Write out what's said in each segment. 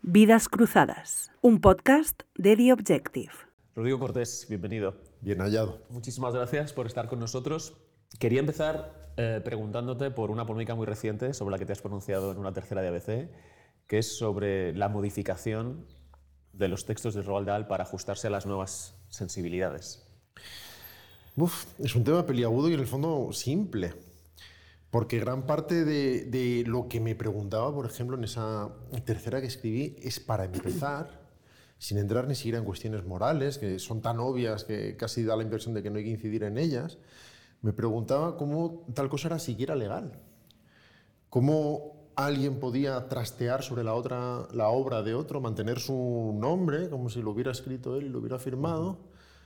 Vidas Cruzadas, un podcast de The Objective. Rodrigo Cortés, bienvenido. Bien hallado. Muchísimas gracias por estar con nosotros. Quería empezar preguntándote por una polémica muy reciente sobre la que te has pronunciado en una tercera de ABC, que es sobre la modificación de los textos de Roald Dahl para ajustarse a las nuevas sensibilidades. Es un tema peliagudo y en el fondo simple, porque gran parte de lo que me preguntaba, por ejemplo, en esa tercera que escribí, es para empezar, sin entrar ni siquiera en cuestiones morales, que son tan obvias que casi da la impresión de que no hay que incidir en ellas, me preguntaba cómo tal cosa era siquiera legal. Cómo alguien podía trastear sobre la obra de otro, mantener su nombre, como si lo hubiera escrito él y lo hubiera firmado,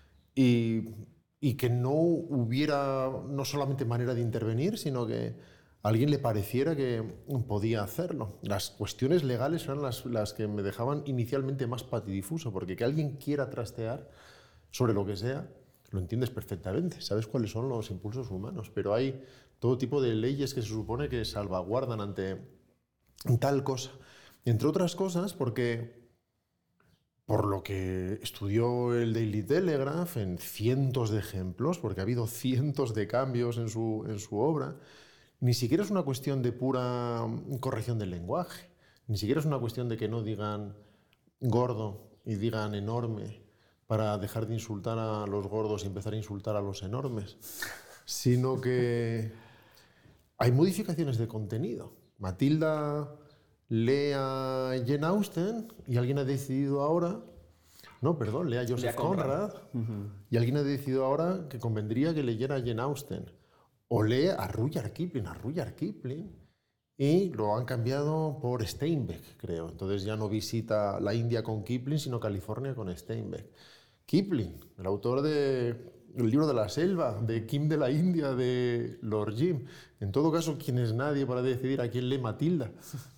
y que no hubiera no solamente manera de intervenir, sino que a alguien le pareciera que podía hacerlo. Las cuestiones legales eran las que me dejaban inicialmente más patidifuso, porque que alguien quiera trastear sobre lo que sea, lo entiendes perfectamente, sabes cuáles son los impulsos humanos, pero hay todo tipo de leyes que se supone que salvaguardan ante tal cosa. Entre otras cosas, porque por lo que estudió el Daily Telegraph en cientos de ejemplos, porque ha habido cientos de cambios en su obra, ni siquiera es una cuestión de pura corrección del lenguaje, ni siquiera es una cuestión de que no digan gordo y digan enorme para dejar de insultar a los gordos y empezar a insultar a los enormes, sino que hay modificaciones de contenido. Matilda lee a Jane Austen y alguien ha decidido ahora... No, perdón, lee a Joseph Conrad. Y alguien ha decidido ahora que convendría que leyera a Jane Austen. O lee a Rudyard Kipling, y lo han cambiado por Steinbeck, creo. Entonces ya no visita la India con Kipling, sino California con Steinbeck. Kipling, el autor del libro de la selva, de Kim de la India, de Lord Jim. En todo caso, ¿quién es nadie para decidir a quién lee Matilda?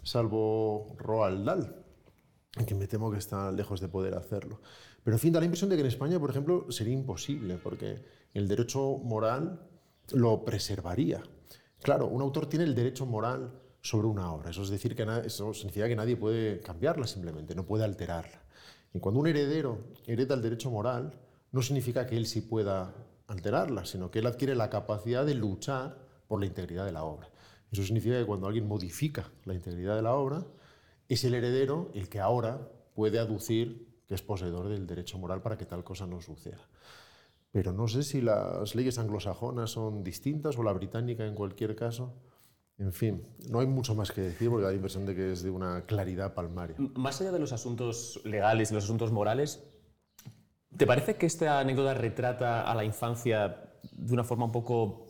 Salvo Roald Dahl, que me temo que está lejos de poder hacerlo. Pero en fin, da la impresión de que en España, por ejemplo, sería imposible, porque el derecho moral lo preservaría. Claro, un autor tiene el derecho moral sobre una obra, eso significa que nadie puede cambiarla simplemente, no puede alterarla. Y cuando un heredero hereda el derecho moral, no significa que él sí pueda alterarla, sino que él adquiere la capacidad de luchar por la integridad de la obra. Eso significa que cuando alguien modifica la integridad de la obra, es el heredero el que ahora puede aducir que es poseedor del derecho moral para que tal cosa no suceda. Pero no sé si las leyes anglosajonas son distintas o la británica en cualquier caso. En fin, no hay mucho más que decir porque da la impresión de que es de una claridad palmaria. Más allá de los asuntos legales y los asuntos morales, ¿te parece que esta anécdota retrata a la infancia de una forma un poco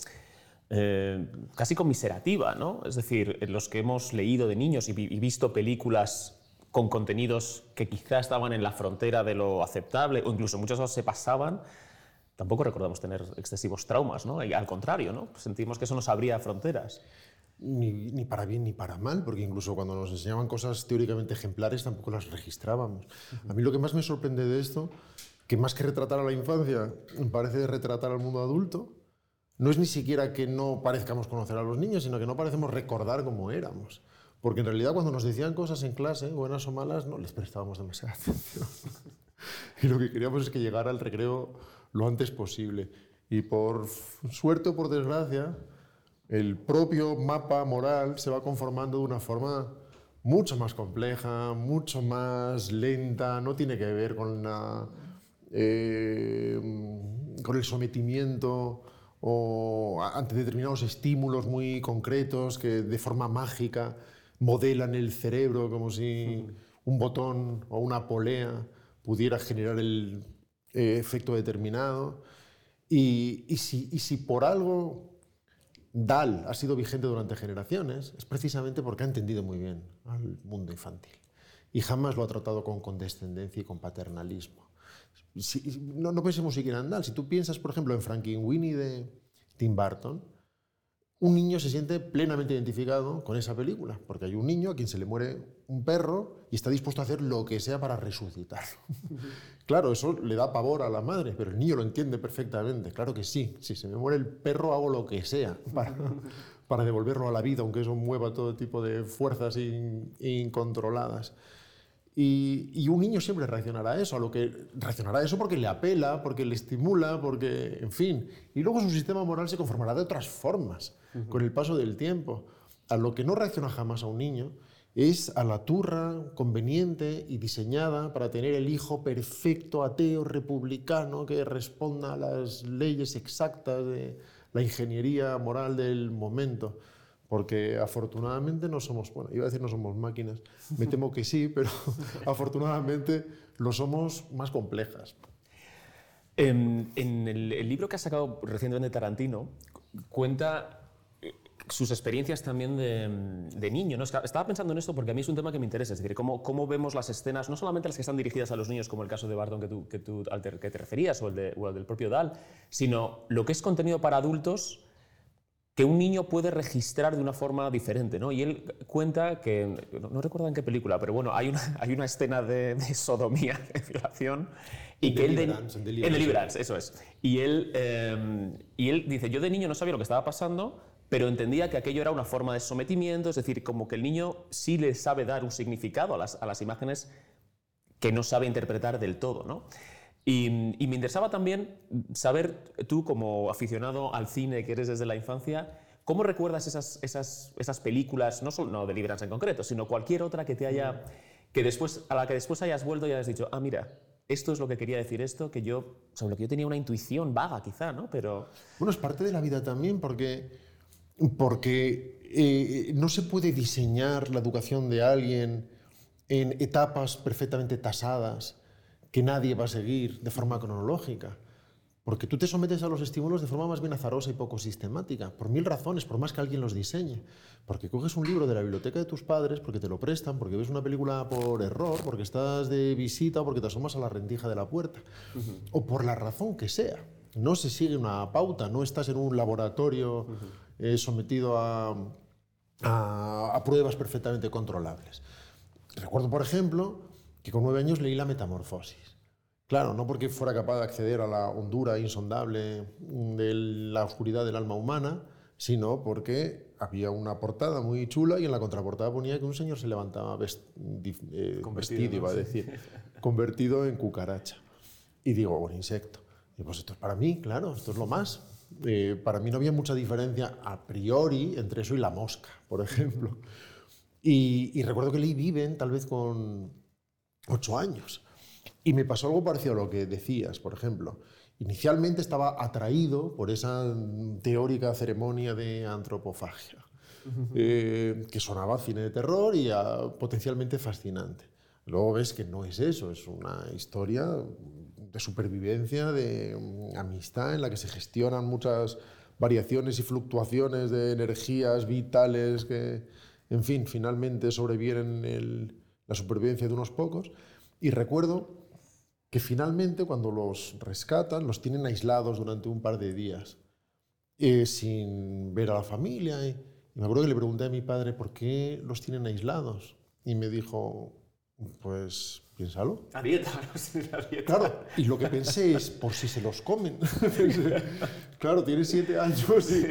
casi conmiserativa, ¿no? Es decir, los que hemos leído de niños y visto películas con contenidos que quizás estaban en la frontera de lo aceptable o incluso muchas veces se pasaban, tampoco recordamos tener excesivos traumas, ¿no? Y al contrario, ¿no? Sentimos que eso nos abría fronteras. Ni para bien ni para mal, porque incluso cuando nos enseñaban cosas teóricamente ejemplares tampoco las registrábamos. A mí lo que más me sorprende de esto, que más que retratar a la infancia, me parece retratar al mundo adulto, no es ni siquiera que no parezcamos conocer a los niños, sino que no parecemos recordar cómo éramos. Porque en realidad cuando nos decían cosas en clase, buenas o malas, no les prestábamos demasiada atención. Y lo que queríamos es que llegara el recreo lo antes posible. Y por suerte o por desgracia, el propio mapa moral se va conformando de una forma mucho más compleja, mucho más lenta, no tiene que ver con el sometimiento o ante determinados estímulos muy concretos que de forma mágica modelan el cerebro como si un botón o una polea pudiera generar el efecto determinado. Y si por algo Dahl ha sido vigente durante generaciones, es precisamente porque ha entendido muy bien al mundo infantil y jamás lo ha tratado con condescendencia y con paternalismo. No pensemos siquiera en Dahl. Si tú piensas, por ejemplo, en Frankenweenie de Tim Burton, un niño se siente plenamente identificado con esa película, porque hay un niño a quien se le muere un perro y está dispuesto a hacer lo que sea para resucitarlo. Claro, eso le da pavor a la madre, pero el niño lo entiende perfectamente. Claro que sí, si se me muere el perro hago lo que sea para devolverlo a la vida, aunque eso mueva todo tipo de fuerzas incontroladas. Y un niño siempre reaccionará a eso, reaccionará a eso porque le apela, porque le estimula, porque, en fin. Y luego su sistema moral se conformará de otras formas con el paso del tiempo. A lo que no reacciona jamás a un niño es a la turra conveniente y diseñada para tener el hijo perfecto, ateo, republicano, que responda a las leyes exactas de la ingeniería moral del momento. Porque afortunadamente no somos, bueno, iba a decir no somos máquinas, me temo que sí, pero afortunadamente lo somos más complejas. En el libro que has sacado recientemente Tarantino, cuenta sus experiencias también de niño, ¿no? Estaba pensando en esto porque a mí es un tema que me interesa, es decir, cómo vemos las escenas, no solamente las que están dirigidas a los niños, como el caso de Barton que te referías, o el del propio Dahl, sino lo que es contenido para adultos que un niño puede registrar de una forma diferente, ¿no? Y él cuenta que, no recuerdo en qué película, pero bueno, hay una escena de sodomía, de violación, y que él... En Deliverance, eso es. Y él dice, yo de niño no sabía lo que estaba pasando, pero entendía que aquello era una forma de sometimiento, es decir, como que el niño sí le sabe dar un significado a las imágenes que no sabe interpretar del todo, ¿no? Y me interesaba también saber, tú como aficionado al cine que eres desde la infancia, ¿cómo recuerdas esas películas, no Deliverance en concreto, sino cualquier otra que te haya, a la que después hayas vuelto y hayas dicho, ah, mira, esto es lo que quería decir esto, sobre lo que yo tenía una intuición vaga quizá, ¿no? Pero... Bueno, es parte de la vida también, porque no se puede diseñar la educación de alguien en etapas perfectamente tasadas que nadie va a seguir de forma cronológica. Porque tú te sometes a los estímulos de forma más bien azarosa y poco sistemática, por mil razones, por más que alguien los diseñe. Porque coges un libro de la biblioteca de tus padres, porque te lo prestan, porque ves una película por error, porque estás de visita o porque te asomas a la rendija de la puerta. O por la razón que sea. No se sigue una pauta, no estás en un laboratorio sometido a pruebas perfectamente controlables. Recuerdo, por ejemplo, que con 9 años leí La Metamorfosis. Claro, no porque fuera capaz de acceder a la hondura insondable de la oscuridad del alma humana, sino porque había una portada muy chula y en la contraportada ponía que un señor se levantaba vestido, iba a decir, convertido en cucaracha. Y digo, un insecto. Y pues esto es para mí, claro, esto es lo más. Para mí no había mucha diferencia a priori entre eso y la mosca, por ejemplo. Y recuerdo que leí Viven, tal vez con 8 años. Y me pasó algo parecido a lo que decías, por ejemplo. Inicialmente estaba atraído por esa teórica ceremonia de antropofagia, que sonaba a cine de terror y potencialmente fascinante. Luego ves que no es eso, es una historia de supervivencia, de amistad, en la que se gestionan muchas variaciones y fluctuaciones de energías vitales que, en fin, finalmente sobreviven la supervivencia de unos pocos. Y recuerdo que finalmente cuando los rescatan, los tienen aislados durante un par de días, sin ver a la familia. Y me acuerdo que le pregunté a mi padre por qué los tienen aislados. Y me dijo, pues piénsalo. A dieta, no sé, a dieta. Claro, y lo que pensé es, por si se los comen. Claro, tienes 7 años.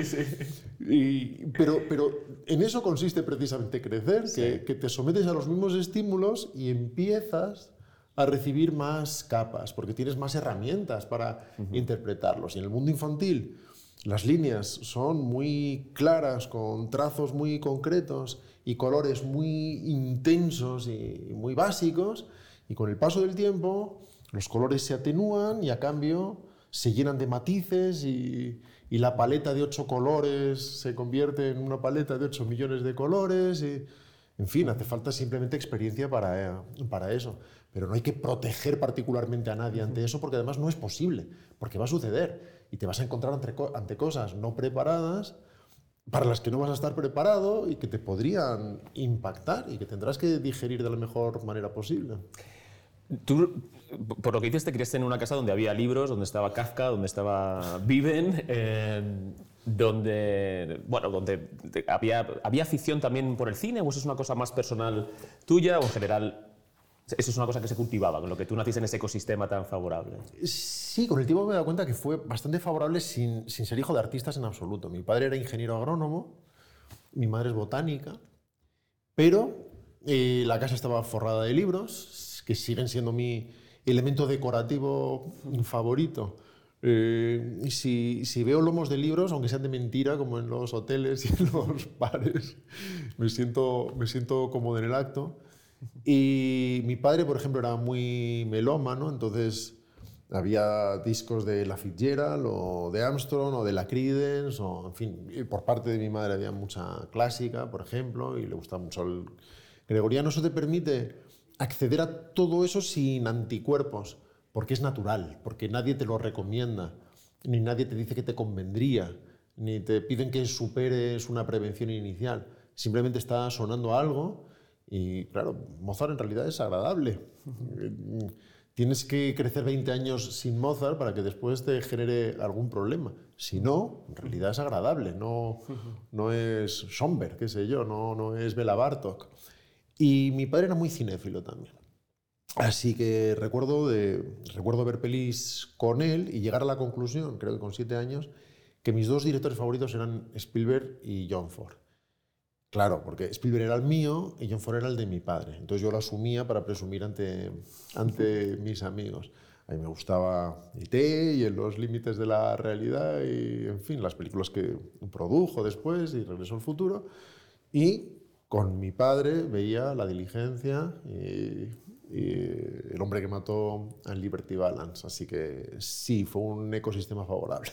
Pero en eso consiste precisamente crecer, sí. que te sometes a los mismos estímulos y empiezas a recibir más capas, porque tienes más herramientas para interpretarlos. Y en el mundo infantil las líneas son muy claras, con trazos muy concretos y colores muy intensos y muy básicos, y con el paso del tiempo los colores se atenúan y a cambio se llenan de matices y la paleta de 8 colores se convierte en una paleta de 8 millones de colores. En fin, hace falta simplemente experiencia para eso. Pero no hay que proteger particularmente a nadie ante eso, porque además no es posible, porque va a suceder y te vas a encontrar ante cosas no preparadas, para las que no vas a estar preparado y que te podrían impactar y que tendrás que digerir de la mejor manera posible. Tú, por lo que dices, te criaste en una casa donde había libros, donde estaba Kafka, donde estaba Viven, donde había afición también por el cine, o eso es una cosa más personal tuya, o en general eso es una cosa que se cultivaba, con lo que tú naciste en ese ecosistema tan favorable. Sí, con el tiempo me he dado cuenta que fue bastante favorable sin ser hijo de artistas en absoluto. Mi padre era ingeniero agrónomo, mi madre es botánica, pero La casa estaba forrada de libros, que siguen siendo mi elemento decorativo favorito. Si veo lomos de libros, aunque sean de mentira, como en los hoteles y en los bares, me siento cómodo en el acto. Y mi padre, por ejemplo, era muy melómano, entonces había discos de La Fitzgerald o de Armstrong o de la Creedence, o, en fin, y por parte de mi madre había mucha clásica, por ejemplo, y le gustaba mucho el gregoriano. Eso te permite acceder a todo eso sin anticuerpos, porque es natural, porque nadie te lo recomienda, ni nadie te dice que te convendría, ni te piden que superes una prevención inicial. Simplemente está sonando algo y, claro, Mozart en realidad es agradable. Tienes que crecer 20 años sin Mozart para que después te genere algún problema. Si no, en realidad es agradable, no es Schönberg, qué sé yo, no es Bela Bartók. Y mi padre era muy cinéfilo también. Así que recuerdo ver pelis con él y llegar a la conclusión, creo que con 7 años, que mis 2 directores favoritos eran Spielberg y John Ford. Claro, porque Spielberg era el mío y John Ford era el de mi padre. Entonces yo lo asumía para presumir ante mis amigos. A mí me gustaba E.T. y En los límites de la realidad y, en fin, las películas que produjo después y Regreso al futuro. Y con mi padre veía La diligencia y El hombre que mató a Liberty Balance. Así que sí, fue un ecosistema favorable.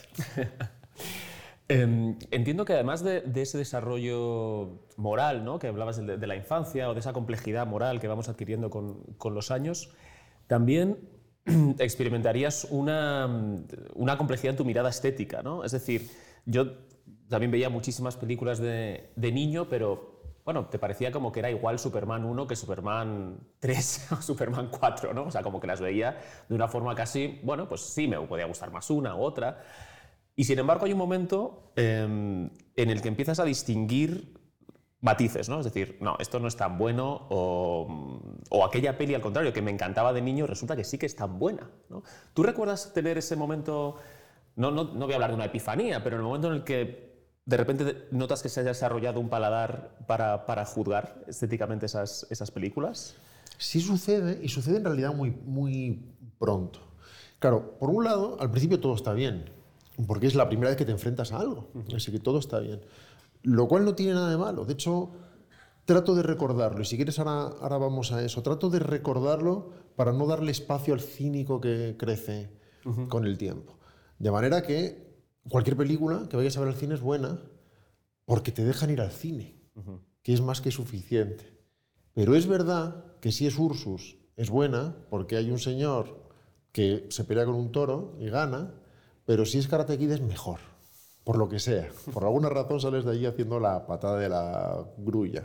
Entiendo que además de ese desarrollo moral, ¿no?, que hablabas de la infancia o de esa complejidad moral que vamos adquiriendo con los años, también experimentarías una complejidad en tu mirada estética, ¿no? Es decir, yo también veía muchísimas películas de niño, pero bueno, te parecía como que era igual Superman 1 que Superman 3 o Superman 4, ¿no? O sea, como que las veía de una forma casi, bueno, pues sí, me podía gustar más una u otra. Y sin embargo hay un momento en el que empiezas a distinguir matices, ¿no? Es decir, no, esto no es tan bueno, o aquella peli al contrario que me encantaba de niño resulta que sí que es tan buena, ¿no? ¿Tú recuerdas tener ese momento, no voy a hablar de una epifanía, pero en el momento en el que de repente notas que se ha desarrollado un paladar para juzgar estéticamente esas películas? Sí sucede, y sucede en realidad muy, muy pronto. Claro, por un lado, al principio todo está bien, porque es la primera vez que te enfrentas a algo, así que todo está bien. Lo cual no tiene nada de malo. De hecho, trato de recordarlo, y si quieres ahora vamos a eso. Trato de recordarlo para no darle espacio al cínico que crece con el tiempo. De manera que cualquier película que vayas a ver al cine es buena porque te dejan ir al cine, que es más que suficiente. Pero es verdad que si es Ursus es buena porque hay un señor que se pelea con un toro y gana, pero si es Karate Kid es mejor, por lo que sea. Por alguna razón sales de allí haciendo la patada de la grulla.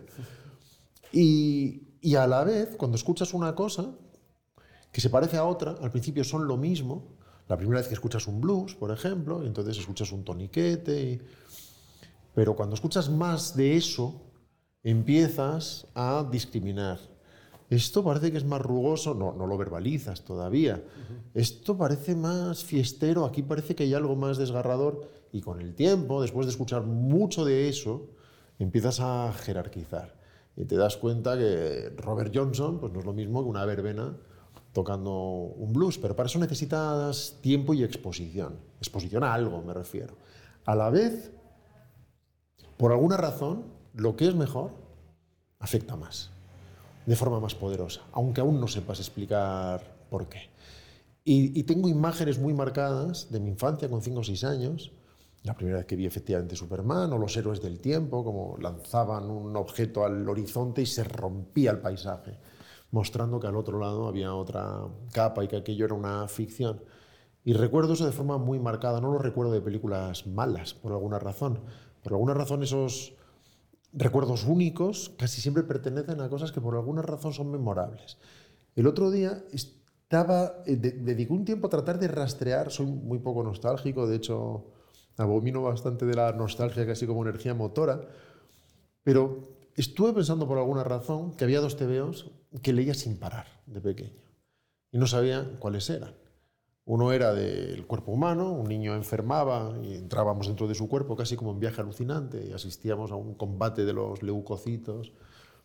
Y a la vez, cuando escuchas una cosa que se parece a otra, al principio son lo mismo. La primera vez que escuchas un blues, por ejemplo, y entonces escuchas un toniquete. Pero cuando escuchas más de eso, empiezas a discriminar. Esto parece que es más rugoso, no lo verbalizas todavía. Esto parece más fiestero, aquí parece que hay algo más desgarrador. Y con el tiempo, después de escuchar mucho de eso, empiezas a jerarquizar. Y te das cuenta que Robert Johnson pues no es lo mismo que una verbena tocando un blues, pero para eso necesitas tiempo y exposición. Exposición a algo, me refiero. A la vez, por alguna razón, lo que es mejor afecta más, de forma más poderosa, aunque aún no sepas explicar por qué. Y tengo imágenes muy marcadas de mi infancia con 5 o 6 años, la primera vez que vi efectivamente Superman o los héroes del tiempo, como lanzaban un objeto al horizonte y se rompía el paisaje, mostrando que al otro lado había otra capa y que aquello era una ficción. Y recuerdo eso de forma muy marcada, no lo recuerdo de películas malas, por alguna razón. Por alguna razón esos recuerdos únicos casi siempre pertenecen a cosas que por alguna razón son memorables. El otro día dediqué un tiempo a tratar de rastrear, soy muy poco nostálgico, de hecho abomino bastante de la nostalgia casi como energía motora, pero estuve pensando por alguna razón que había 2 tebeos que leía sin parar de pequeño y no sabía cuáles eran. Uno era del cuerpo humano, un niño enfermaba y entrábamos dentro de su cuerpo casi como en viaje alucinante y asistíamos a un combate de los leucocitos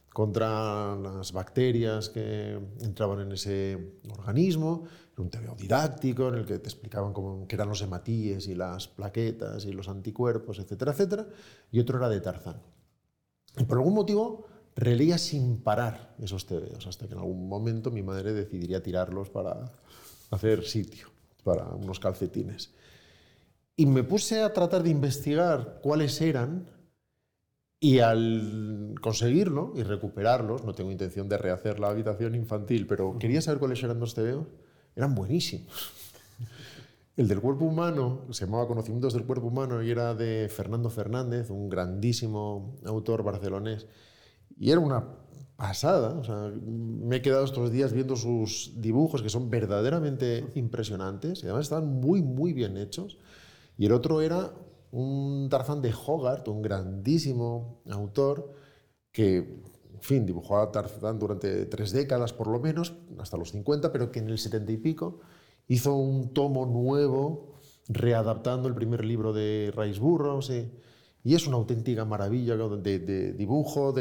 contra las bacterias que entraban en ese organismo. Era un TVO didáctico en el que te explicaban qué eran los hematíes y las plaquetas y los anticuerpos, etcétera, etcétera. Y otro era de Tarzán. Y por algún motivo releía sin parar esos TVOs, hasta que en algún momento mi madre decidiría tirarlos para hacer sitio para unos calcetines. Y me puse a tratar de investigar cuáles eran. Y al conseguirlo y recuperarlos, no tengo intención de rehacer la habitación infantil, pero quería saber cuáles eran los TVOs, eran buenísimos. El del cuerpo humano, se llamaba Conocimientos del cuerpo humano y era de Fernando Fernández, un grandísimo autor barcelonés. Y era una pasada. O sea, me he quedado estos días viendo sus dibujos, que son verdaderamente impresionantes y además estaban muy, muy bien hechos. Y el otro era un Tarzán de Hogarth, un grandísimo autor que, en fin, dibujó a Tarzán durante 3 décadas por lo menos, hasta los 50, pero que en el 70 y pico hizo un tomo nuevo readaptando el primer libro de Rice Burroughs, y es una auténtica maravilla de dibujo,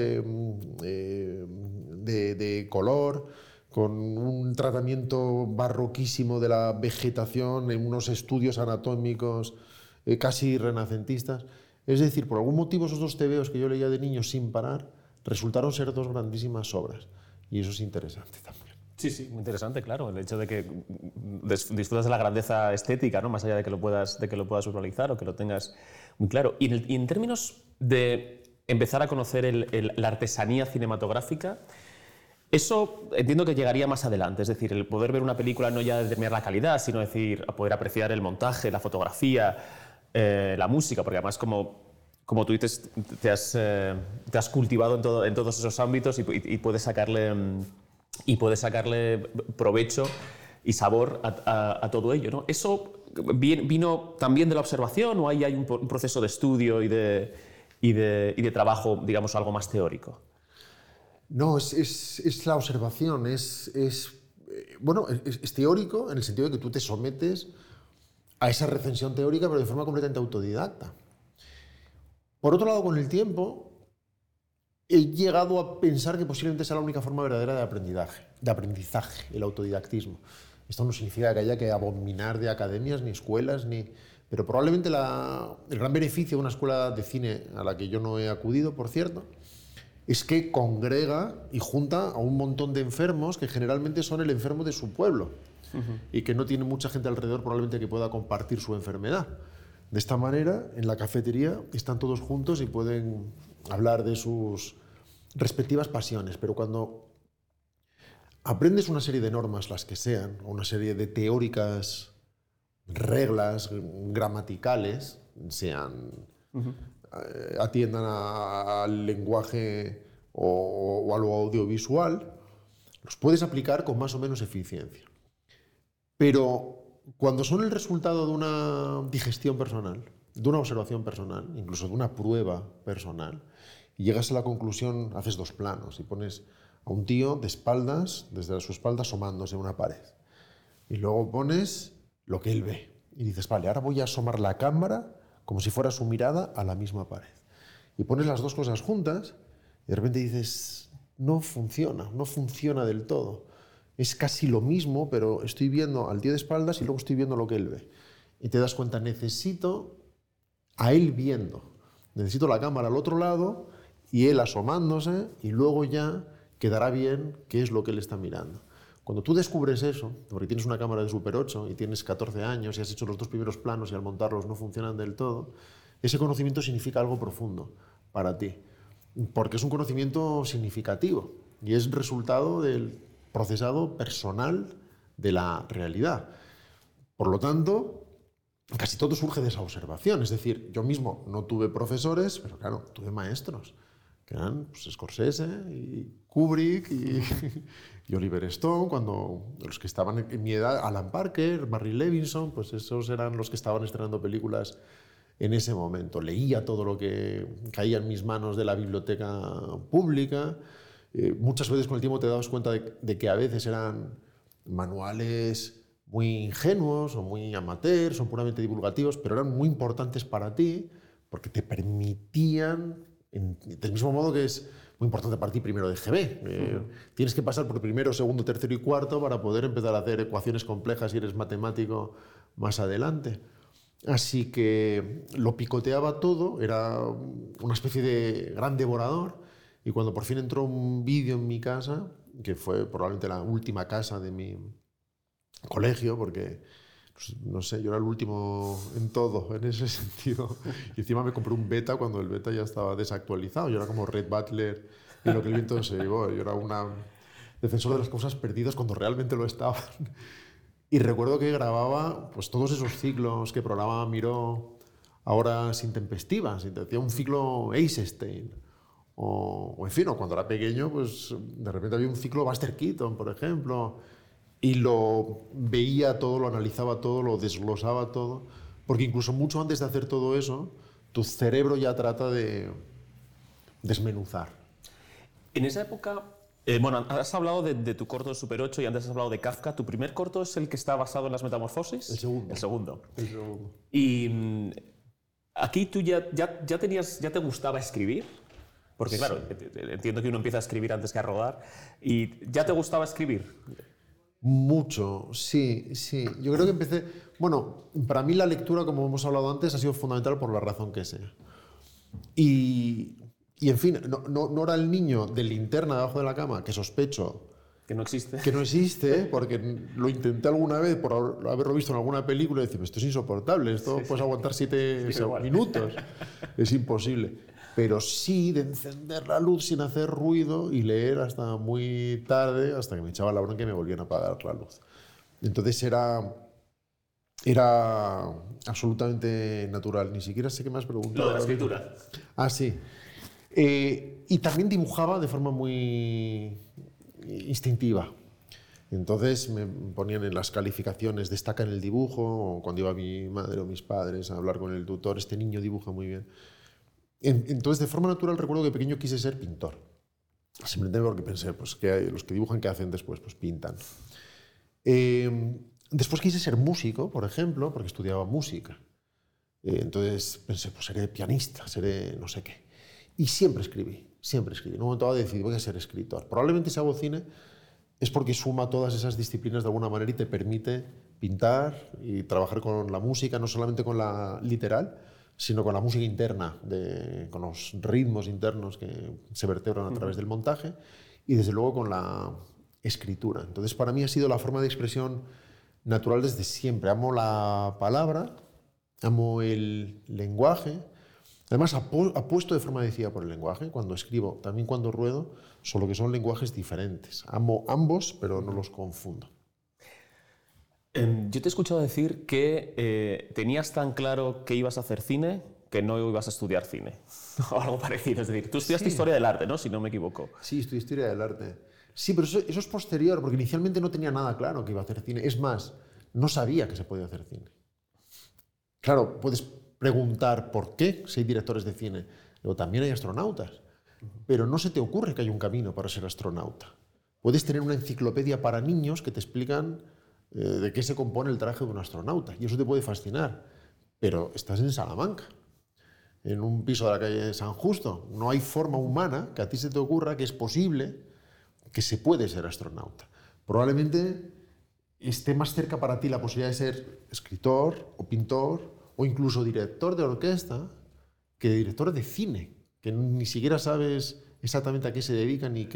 de color, con un tratamiento barroquísimo de la vegetación, en unos estudios anatómicos casi renacentistas. Es decir, por algún motivo esos dos TVOs que yo leía de niño sin parar resultaron ser dos grandísimas obras. Y eso es interesante también. Sí, sí, muy interesante, claro. El hecho de que disfrutas de la grandeza estética, ¿no? Más allá de que lo puedas visualizar o que lo tengas muy claro. Y en términos de empezar a conocer la artesanía cinematográfica, eso entiendo que llegaría más adelante, es decir, el poder ver una película no ya determinar la calidad, sino decir, a poder apreciar el montaje, la fotografía, la música, porque además como tú dices, te has cultivado en todos esos ámbitos y puedes sacarle provecho y sabor a todo ello, ¿no? ¿Eso vino también de la observación o ahí hay un proceso de estudio y de trabajo, digamos, algo más teórico? No, es la observación, es teórico en el sentido de que tú te sometes a esa recensión teórica, pero de forma completamente autodidacta. Por otro lado, con el tiempo, he llegado a pensar que posiblemente sea la única forma verdadera de aprendizaje, el autodidactismo. Esto no significa que haya que abominar de academias, ni escuelas, pero probablemente el gran beneficio de una escuela de cine a la que yo no he acudido, por cierto, es que congrega y junta a un montón de enfermos que generalmente son el enfermo de su pueblo y que no tiene mucha gente alrededor probablemente que pueda compartir su enfermedad. De esta manera, en la cafetería están todos juntos y pueden hablar de sus respectivas pasiones, pero cuando aprendes una serie de normas, las que sean, o una serie de teóricas reglas gramaticales, atiendan al lenguaje o a lo audiovisual, los puedes aplicar con más o menos eficiencia. Pero cuando son el resultado de una digestión personal, de una observación personal, incluso de una prueba personal, y llegas a la conclusión, haces 2 planos y pones a un tío de espaldas, desde su espalda asomándose a una pared. Y luego pones lo que él ve. Y dices, vale, ahora voy a asomar la cámara como si fuera su mirada a la misma pared. Y pones las 2 cosas juntas y de repente dices, no funciona del todo. Es casi lo mismo, pero estoy viendo al tío de espaldas y luego estoy viendo lo que él ve. Y te das cuenta, necesito a él viendo. Necesito la cámara al otro lado y él asomándose y luego ya quedará bien qué es lo que él está mirando. Cuando tú descubres eso, porque tienes una cámara de Super 8 y tienes 14 años y has hecho los 2 primeros planos y al montarlos no funcionan del todo, ese conocimiento significa algo profundo para ti, porque es un conocimiento significativo y es resultado del procesado personal de la realidad. Por lo tanto, casi todo surge de esa observación. Es decir, yo mismo no tuve profesores, pero claro, tuve maestros, que eran Scorsese y Kubrick y Oliver Stone, cuando los que estaban en mi edad, Alan Parker, Barry Levinson, pues esos eran los que estaban estrenando películas en ese momento. Leía todo lo que caía en mis manos de la biblioteca pública. Muchas veces con el tiempo te dabas cuenta de que a veces eran manuales muy ingenuos o muy amateurs o puramente divulgativos, pero eran muy importantes para ti porque te permitían, del mismo modo que es muy importante para ti primero de GB. Tienes que pasar por primero, segundo, tercero y cuarto para poder empezar a hacer ecuaciones complejas si eres matemático más adelante. Así que lo picoteaba todo, era una especie de gran devorador, y cuando por fin entró un vídeo en mi casa, que fue probablemente la última casa de mi colegio, porque, no sé, yo era el último en todo, en ese sentido. Y encima me compré un beta cuando el beta ya estaba desactualizado. Yo era como Red Butler y lo que el viento se llevó. Yo era un defensor de las cosas perdidas cuando realmente lo estaban. Y recuerdo que grababa pues, todos esos ciclos que programaba Miró, Horas Intempestivas. Y te hacía un ciclo Eisenstein. O en fin, o cuando era pequeño, pues de repente había un ciclo Buster Keaton, por ejemplo, y lo veía todo, lo analizaba todo, lo desglosaba todo, porque incluso mucho antes de hacer todo eso, tu cerebro ya trata de desmenuzar. En esa época, bueno, has hablado de tu corto de Super 8 y antes has hablado de Kafka. ¿Tu primer corto es el que está basado en las metamorfosis? El segundo. El segundo. El segundo. Y aquí tú ya te gustaba escribir. Porque claro, entiendo que uno empieza a escribir antes que a rodar. ¿Y ya te gustaba escribir? Mucho, sí, sí. Yo creo que empecé... Bueno, para mí la lectura, como hemos hablado antes, ha sido fundamental por la razón que sea. Y en fin, no era el niño de linterna debajo de la cama, que sospecho... Que no existe. Que no existe, porque lo intenté alguna vez por haberlo visto en alguna película y decir, esto es insoportable, esto puedes aguantar 7 minutos. Es imposible. Pero sí de encender la luz sin hacer ruido y leer hasta muy tarde, hasta que me echaba la bronca y me volvían a apagar la luz. Entonces era absolutamente natural. Ni siquiera sé qué me has preguntado. Lo de la escritura. Ah, sí. Y también dibujaba de forma muy instintiva. Entonces me ponían en las calificaciones, destaca en el dibujo, o cuando iba mi madre o mis padres a hablar con el tutor, este niño dibuja muy bien. Entonces, de forma natural, recuerdo que pequeño quise ser pintor. Simplemente porque pensé, pues, que los que dibujan, ¿qué hacen después? Pues pintan. Después quise ser músico, por ejemplo, porque estudiaba música. Entonces pensé, pues seré pianista, seré no sé qué. Y siempre escribí, siempre escribí. En un momento dado decidí, voy a ser escritor. Probablemente si hago cine es porque suma todas esas disciplinas de alguna manera y te permite pintar y trabajar con la música, no solamente con la literal, sino con la música interna, con los ritmos internos que se vertebran a través del montaje y desde luego con la escritura. Entonces para mí ha sido la forma de expresión natural desde siempre. Amo la palabra, amo el lenguaje. Además apuesto de forma decidida por el lenguaje, cuando escribo, también cuando ruedo, solo que son lenguajes diferentes. Amo ambos, pero no los confundo. Yo te he escuchado decir que tenías tan claro que ibas a hacer cine que no ibas a estudiar cine, o algo parecido. Es decir, tú estudiaste Historia del Arte, ¿no? Si no me equivoco. Sí, estudié Historia del Arte. Sí, pero eso es posterior, porque inicialmente no tenía nada claro que iba a hacer cine. Es más, no sabía que se podía hacer cine. Claro, puedes preguntar por qué si hay directores de cine. Luego también hay astronautas. Pero no se te ocurre que hay un camino para ser astronauta. Puedes tener una enciclopedia para niños que te explican de qué se compone el traje de un astronauta. Y eso te puede fascinar. Pero estás en Salamanca, en un piso de la calle San Justo. No hay forma humana que a ti se te ocurra que es posible, que se puede ser astronauta. Probablemente esté más cerca para ti la posibilidad de ser escritor o pintor o incluso director de orquesta que director de cine, que ni siquiera sabes exactamente a qué se dedican y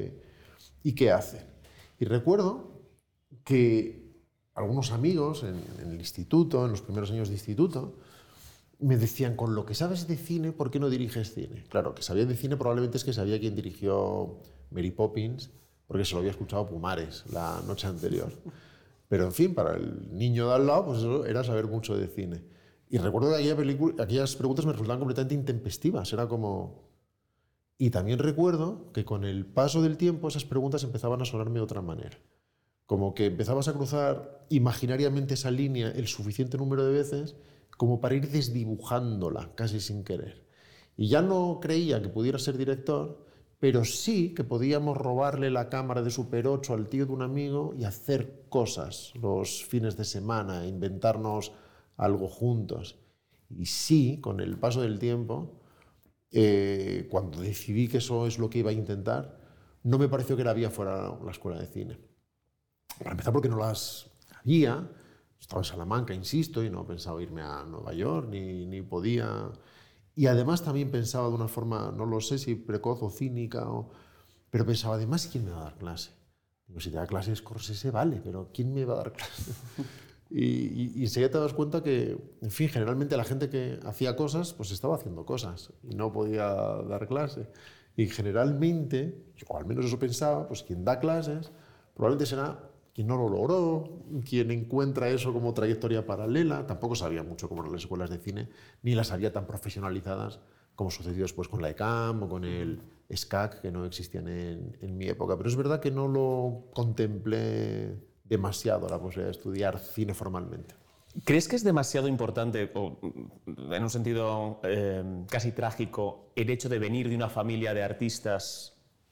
qué hacen. Y recuerdo que algunos amigos en el instituto, en los primeros años de instituto, me decían, con lo que sabes de cine, ¿por qué no diriges cine? Claro, que sabía de cine probablemente es que sabía quién dirigió Mary Poppins, porque se lo había escuchado Pumares la noche anterior. Pero, en fin, para el niño de al lado, pues eso era saber mucho de cine. Y recuerdo que aquellas preguntas me resultaban completamente intempestivas. Era como... Y también recuerdo que con el paso del tiempo esas preguntas empezaban a sonarme de otra manera. Como que empezabas a cruzar imaginariamente esa línea el suficiente número de veces como para ir desdibujándola casi sin querer. Y ya no creía que pudiera ser director, pero sí que podíamos robarle la cámara de Super 8 al tío de un amigo y hacer cosas los fines de semana, inventarnos algo juntos. Y sí, con el paso del tiempo, cuando decidí que eso es lo que iba a intentar, no me pareció que la vía fuera la escuela de cine. Para empezar, porque no las había. Estaba en Salamanca, insisto, y no pensaba irme a Nueva York, ni podía. Y además también pensaba de una forma, no lo sé si precoz o cínica, pero pensaba, además, ¿quién me va a dar clase? Digo, si te da clase Scorsese, vale, pero ¿quién me va a dar clase? Y enseguida te das cuenta que, en fin, generalmente la gente que hacía cosas, pues estaba haciendo cosas y no podía dar clase. Y generalmente, o al menos eso pensaba, pues quien da clases probablemente será quien no lo logró, quien encuentra eso como trayectoria paralela. Tampoco sabía mucho cómo eran las escuelas de cine, ni las había tan profesionalizadas como sucedió después con la ECAM o con el SCAC, que no existían en mi época. Pero es verdad que no lo contemplé demasiado la posibilidad de estudiar cine formalmente. ¿Crees que es demasiado importante, o en un sentido casi trágico, el hecho de venir de una familia de artistas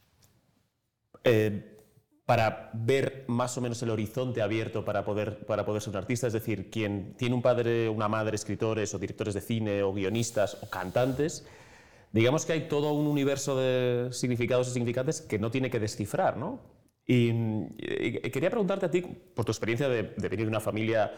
para ver más o menos el horizonte abierto para poder ser un artista? Es decir, quien tiene un padre o una madre escritores o directores de cine o guionistas o cantantes, digamos que hay todo un universo de significados y significantes que no tiene que descifrar, ¿no? Y quería preguntarte a ti, por tu experiencia de venir de una familia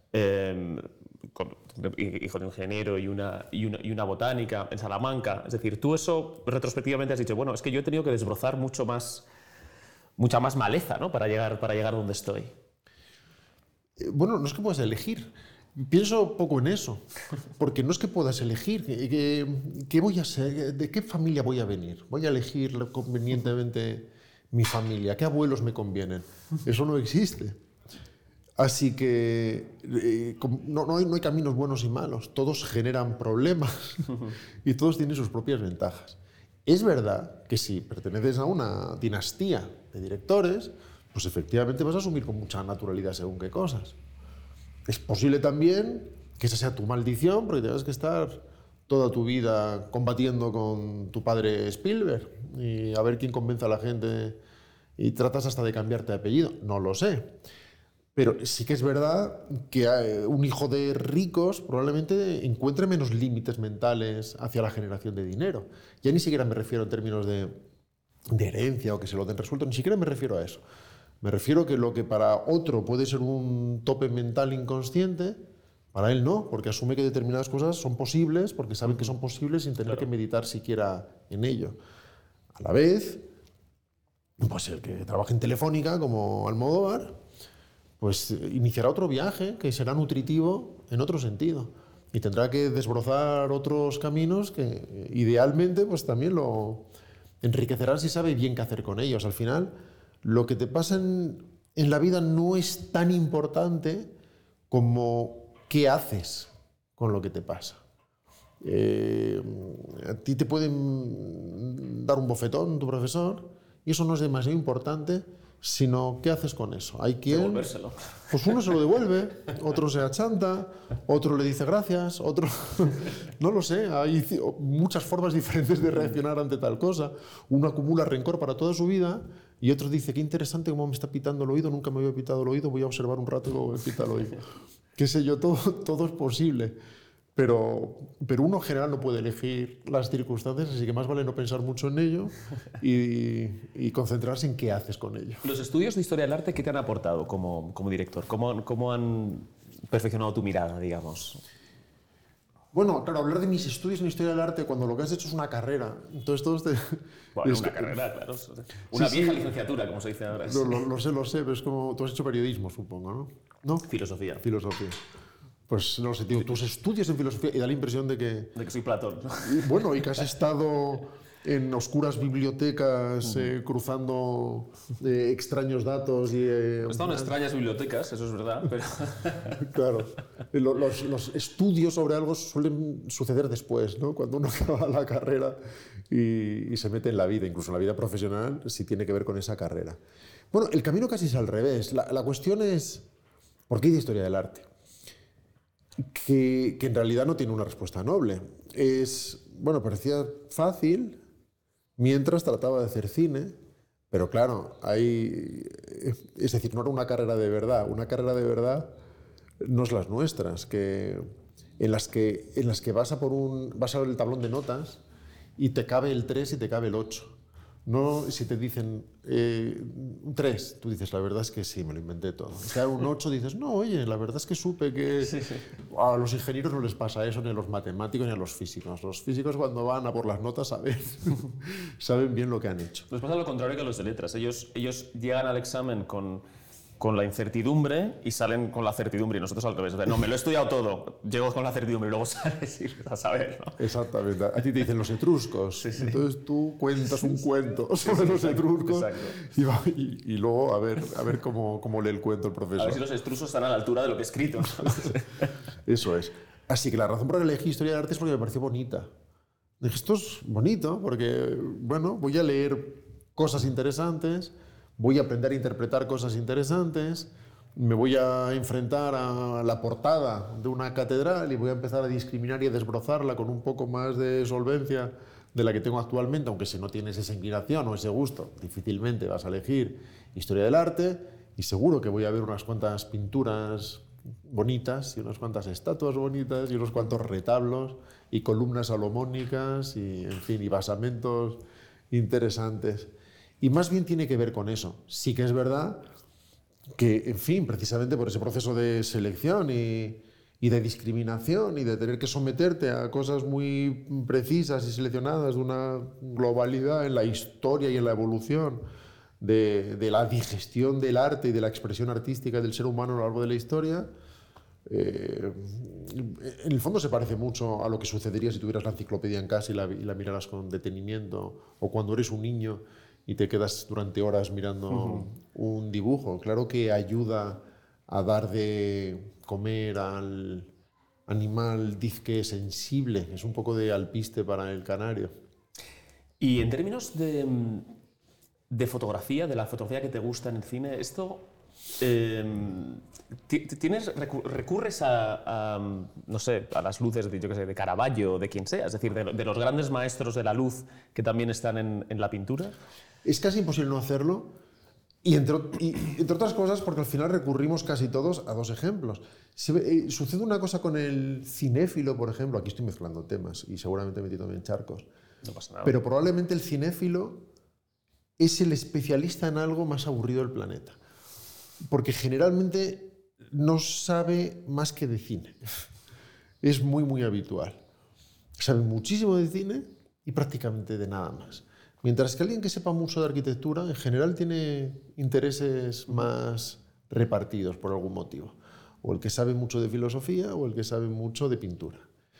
hijo de un ingeniero y una botánica en Salamanca, es decir, tú eso retrospectivamente has dicho, bueno, es que yo he tenido que desbrozar mucha más maleza, ¿no? para llegar donde estoy. Bueno, no es que puedas elegir. Pienso poco en eso, porque no es que puedas elegir. ¿Qué voy a ser? ¿De qué familia voy a venir? ¿Voy a elegir convenientemente mi familia? ¿Qué abuelos me convienen? Eso no existe. Así que no hay caminos buenos y malos. Todos generan problemas y todos tienen sus propias ventajas. Es verdad que si perteneces a una dinastía de directores, pues efectivamente vas a asumir con mucha naturalidad según qué cosas. Es posible también que esa sea tu maldición, porque tengas que estar toda tu vida combatiendo con tu padre Spielberg y a ver quién convence a la gente y tratas hasta de cambiarte de apellido. No lo sé. Pero sí que es verdad que un hijo de ricos probablemente encuentre menos límites mentales hacia la generación de dinero. Ya ni siquiera me refiero en términos de herencia o que se lo den resuelto, ni siquiera me refiero a eso. Me refiero que lo que para otro puede ser un tope mental inconsciente, para él no, porque asume que determinadas cosas son posibles, porque saben que son posibles sin tener que meditar siquiera en ello. A la vez, pues el que trabaja en Telefónica, como Almodóvar, pues iniciará otro viaje que será nutritivo en otro sentido y tendrá que desbrozar otros caminos que idealmente pues también lo enriquecerán si sabe bien qué hacer con ellos. Al final, lo que te pasa en la vida no es tan importante como qué haces con lo que te pasa. A ti te pueden dar un bofetón tu profesor y eso no es demasiado importante, sino qué haces con eso. Hay quien, devolvérselo. pues uno se lo devuelve, otro se achanta, otro le dice gracias, otro no lo sé. Hay muchas formas diferentes de reaccionar ante tal cosa. Uno acumula rencor para toda su vida y otro dice, qué interesante cómo me está pitando el oído, nunca me había pitado el oído, voy a observar un rato y luego me pita el oído. Qué sé yo, todo es posible. Pero uno en general no puede elegir las circunstancias, así que más vale no pensar mucho en ello y concentrarse en qué haces con ello. ¿Los estudios de historia del arte qué te han aportado como director? ¿Cómo han perfeccionado tu mirada, digamos? Bueno, claro, hablar de mis estudios en historia del arte cuando lo que has hecho es una carrera. Entonces todos te... Bueno, una carrera, claro. Una vieja licenciatura, como se dice ahora. Lo sé, pero es como... Tú has hecho periodismo, supongo, ¿no? ¿No? Filosofía. Filosofía. Pues no sé, tío, tus estudios en filosofía y da la impresión de que... De que soy Platón. Bueno, y que has estado en oscuras bibliotecas cruzando extraños datos y... He estado en extrañas bibliotecas, eso es verdad, pero... Claro. Los estudios sobre algo suelen suceder después, ¿no? Cuando uno acaba la carrera y se mete en la vida, incluso en la vida profesional, si tiene que ver con esa carrera. Bueno, el camino casi es al revés. La cuestión es, ¿por qué de historia del arte? Que en realidad no tiene una respuesta noble. Parecía fácil mientras trataba de hacer cine, pero claro, es decir, no era una carrera de verdad. Una carrera de verdad no es las nuestras, en las que vas a ver el tablón de notas y te cabe el 3 y te cabe el 8. No si te dicen un 3, tú dices, la verdad es que sí, me lo inventé todo. Si hay un 8, dices, no, oye, la verdad es que supe que... Sí, sí. A los ingenieros no les pasa eso, ni a los matemáticos, ni a los físicos. Los físicos cuando van a por las notas saben bien lo que han hecho. Nos pasa lo contrario que a los de letras. Ellos llegan al examen con la incertidumbre y salen con la certidumbre, y nosotros al revés. O sea, no, me lo he estudiado todo, llego con la certidumbre y luego sales y vas a saber, ¿no? Exactamente. A ti te dicen los etruscos, Sí, sí. entonces tú cuentas un cuento sobre los etruscos y luego a ver cómo lee el cuento el profesor. A ver si los estrusos están a la altura de lo que he escrito, ¿no? Eso es. Así que la razón por la que elegí Historia del Arte es porque me pareció bonita. Dije, esto es bonito porque, bueno, voy a leer cosas interesantes, voy a aprender a interpretar cosas interesantes, me voy a enfrentar a la portada de una catedral y voy a empezar a discriminar y a desbrozarla con un poco más de solvencia de la que tengo actualmente, aunque si no tienes esa inclinación o ese gusto, difícilmente vas a elegir Historia del Arte, y seguro que voy a ver unas cuantas pinturas bonitas y unas cuantas estatuas bonitas y unos cuantos retablos y columnas salomónicas y, en fin, y basamentos interesantes. Y más bien tiene que ver con eso. Sí que es verdad que, en fin, precisamente por ese proceso de selección y de discriminación y de tener que someterte a cosas muy precisas y seleccionadas de una globalidad en la historia y en la evolución de la digestión del arte y de la expresión artística del ser humano a lo largo de la historia, en el fondo se parece mucho a lo que sucedería si tuvieras la enciclopedia en casa y la miraras con detenimiento, o cuando eres un niño y te quedas durante horas mirando un dibujo. Claro que ayuda a dar de comer al animal disque sensible, es un poco de alpiste para el canario. Y en términos de fotografía, de la fotografía que te gusta en el cine, esto... recurres no sé, a las luces de Caravaggio, de quien sea, es decir, de los grandes maestros de la luz que también están en la pintura? Es casi imposible no hacerlo, y entre otras cosas porque al final recurrimos casi todos a dos ejemplos. Sucede una cosa con el cinéfilo, por ejemplo, aquí estoy mezclando temas y seguramente metí también charcos, No pasa nada. pero probablemente el cinéfilo es el especialista en algo más aburrido del planeta. Porque generalmente no sabe más que de cine. Es muy, muy habitual. Sabe muchísimo de cine y prácticamente de nada más. Mientras que alguien que sepa mucho de arquitectura, en general tiene intereses más repartidos por algún motivo. O el que sabe mucho de filosofía o el que sabe mucho de pintura.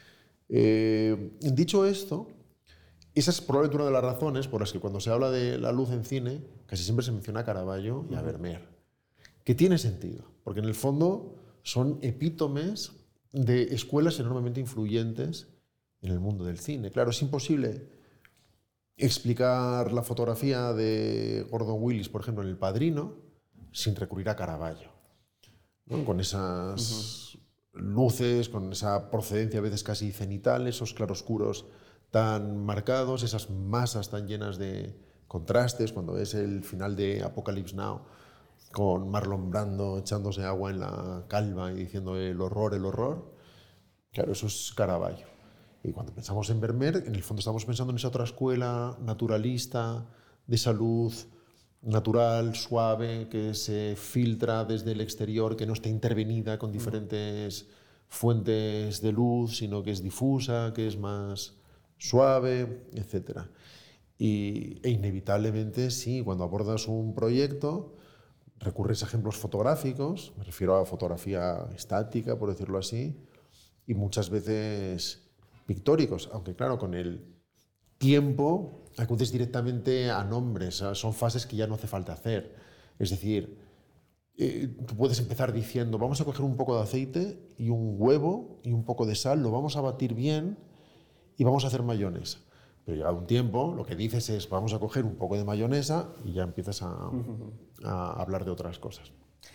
Dicho esto, esa es probablemente una de las razones por las que cuando se habla de la luz en cine, casi siempre se menciona a Caravaggio y a Vermeer. Que tiene sentido, porque en el fondo son epítomes de escuelas enormemente influyentes en el mundo del cine. Claro, es imposible explicar la fotografía de Gordon Willis, por ejemplo, en El Padrino, sin recurrir a Caravaggio, ¿no? Con esas luces, con esa procedencia a veces casi cenital, esos claroscuros tan marcados, esas masas tan llenas de contrastes, cuando ves el final de Apocalypse Now, con Marlon Brando echándose agua en la calva y diciendo el horror, el horror. Claro, eso es Caravaggio. Y cuando pensamos en Vermeer, en el fondo estamos pensando en esa otra escuela naturalista, de esa luz natural, suave, que se filtra desde el exterior, que no está intervenida con diferentes fuentes de luz, sino que es difusa, que es más suave, etc. E inevitablemente, sí, cuando abordas un proyecto, recurres a ejemplos fotográficos, me refiero a fotografía estática, por decirlo así, y muchas veces pictóricos, aunque claro, con el tiempo acudes directamente a nombres, son fases que ya no hace falta hacer. Es decir, tú puedes empezar diciendo, vamos a coger un poco de aceite y un huevo y un poco de sal, lo vamos a batir bien y vamos a hacer mayonesa. Pero llegado un tiempo, lo que dices es, vamos a coger un poco de mayonesa y ya empiezas a hablar de otras cosas.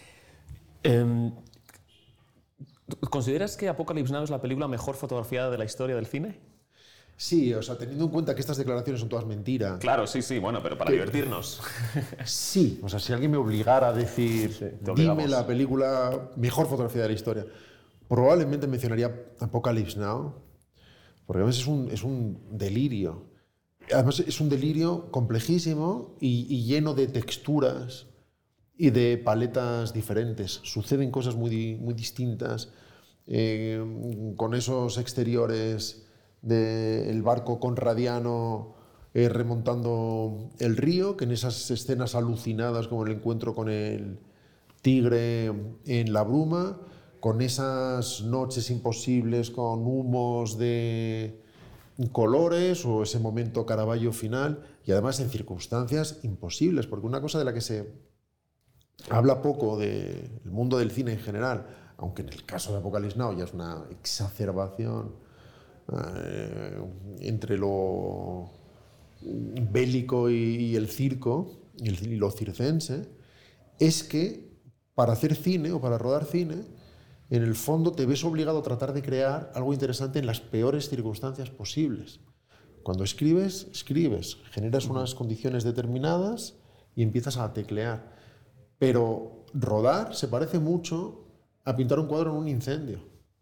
¿Consideras que Apocalypse Now es la película mejor fotografiada de la historia del cine? Sí, o sea, teniendo en cuenta que estas declaraciones son todas mentiras. Claro, sí, bueno, pero para divertirnos. Sí, o sea, si alguien me obligara a decir, dime la película mejor fotografiada de la historia, probablemente mencionaría Apocalypse Now, porque a veces es un delirio. Además es un delirio complejísimo y lleno de texturas y de paletas diferentes. Suceden cosas muy distintas con esos exteriores del barco conradiano remontando el río, que en esas escenas alucinadas como el encuentro con el tigre en la bruma, con esas noches imposibles con humos de colores o ese momento Caravaggio final, y además en circunstancias imposibles, porque una cosa de la que se habla poco del mundo del cine en general, aunque en el caso de Apocalypse Now ya es una exacerbación entre lo bélico y el circo y lo circense, es que para hacer cine o para rodar cine, en el fondo te ves obligado a tratar de crear algo interesante en las peores circunstancias posibles. Cuando escribes, generas unas condiciones determinadas y empiezas a teclear. Pero rodar se parece mucho a pintar un cuadro en un incendio.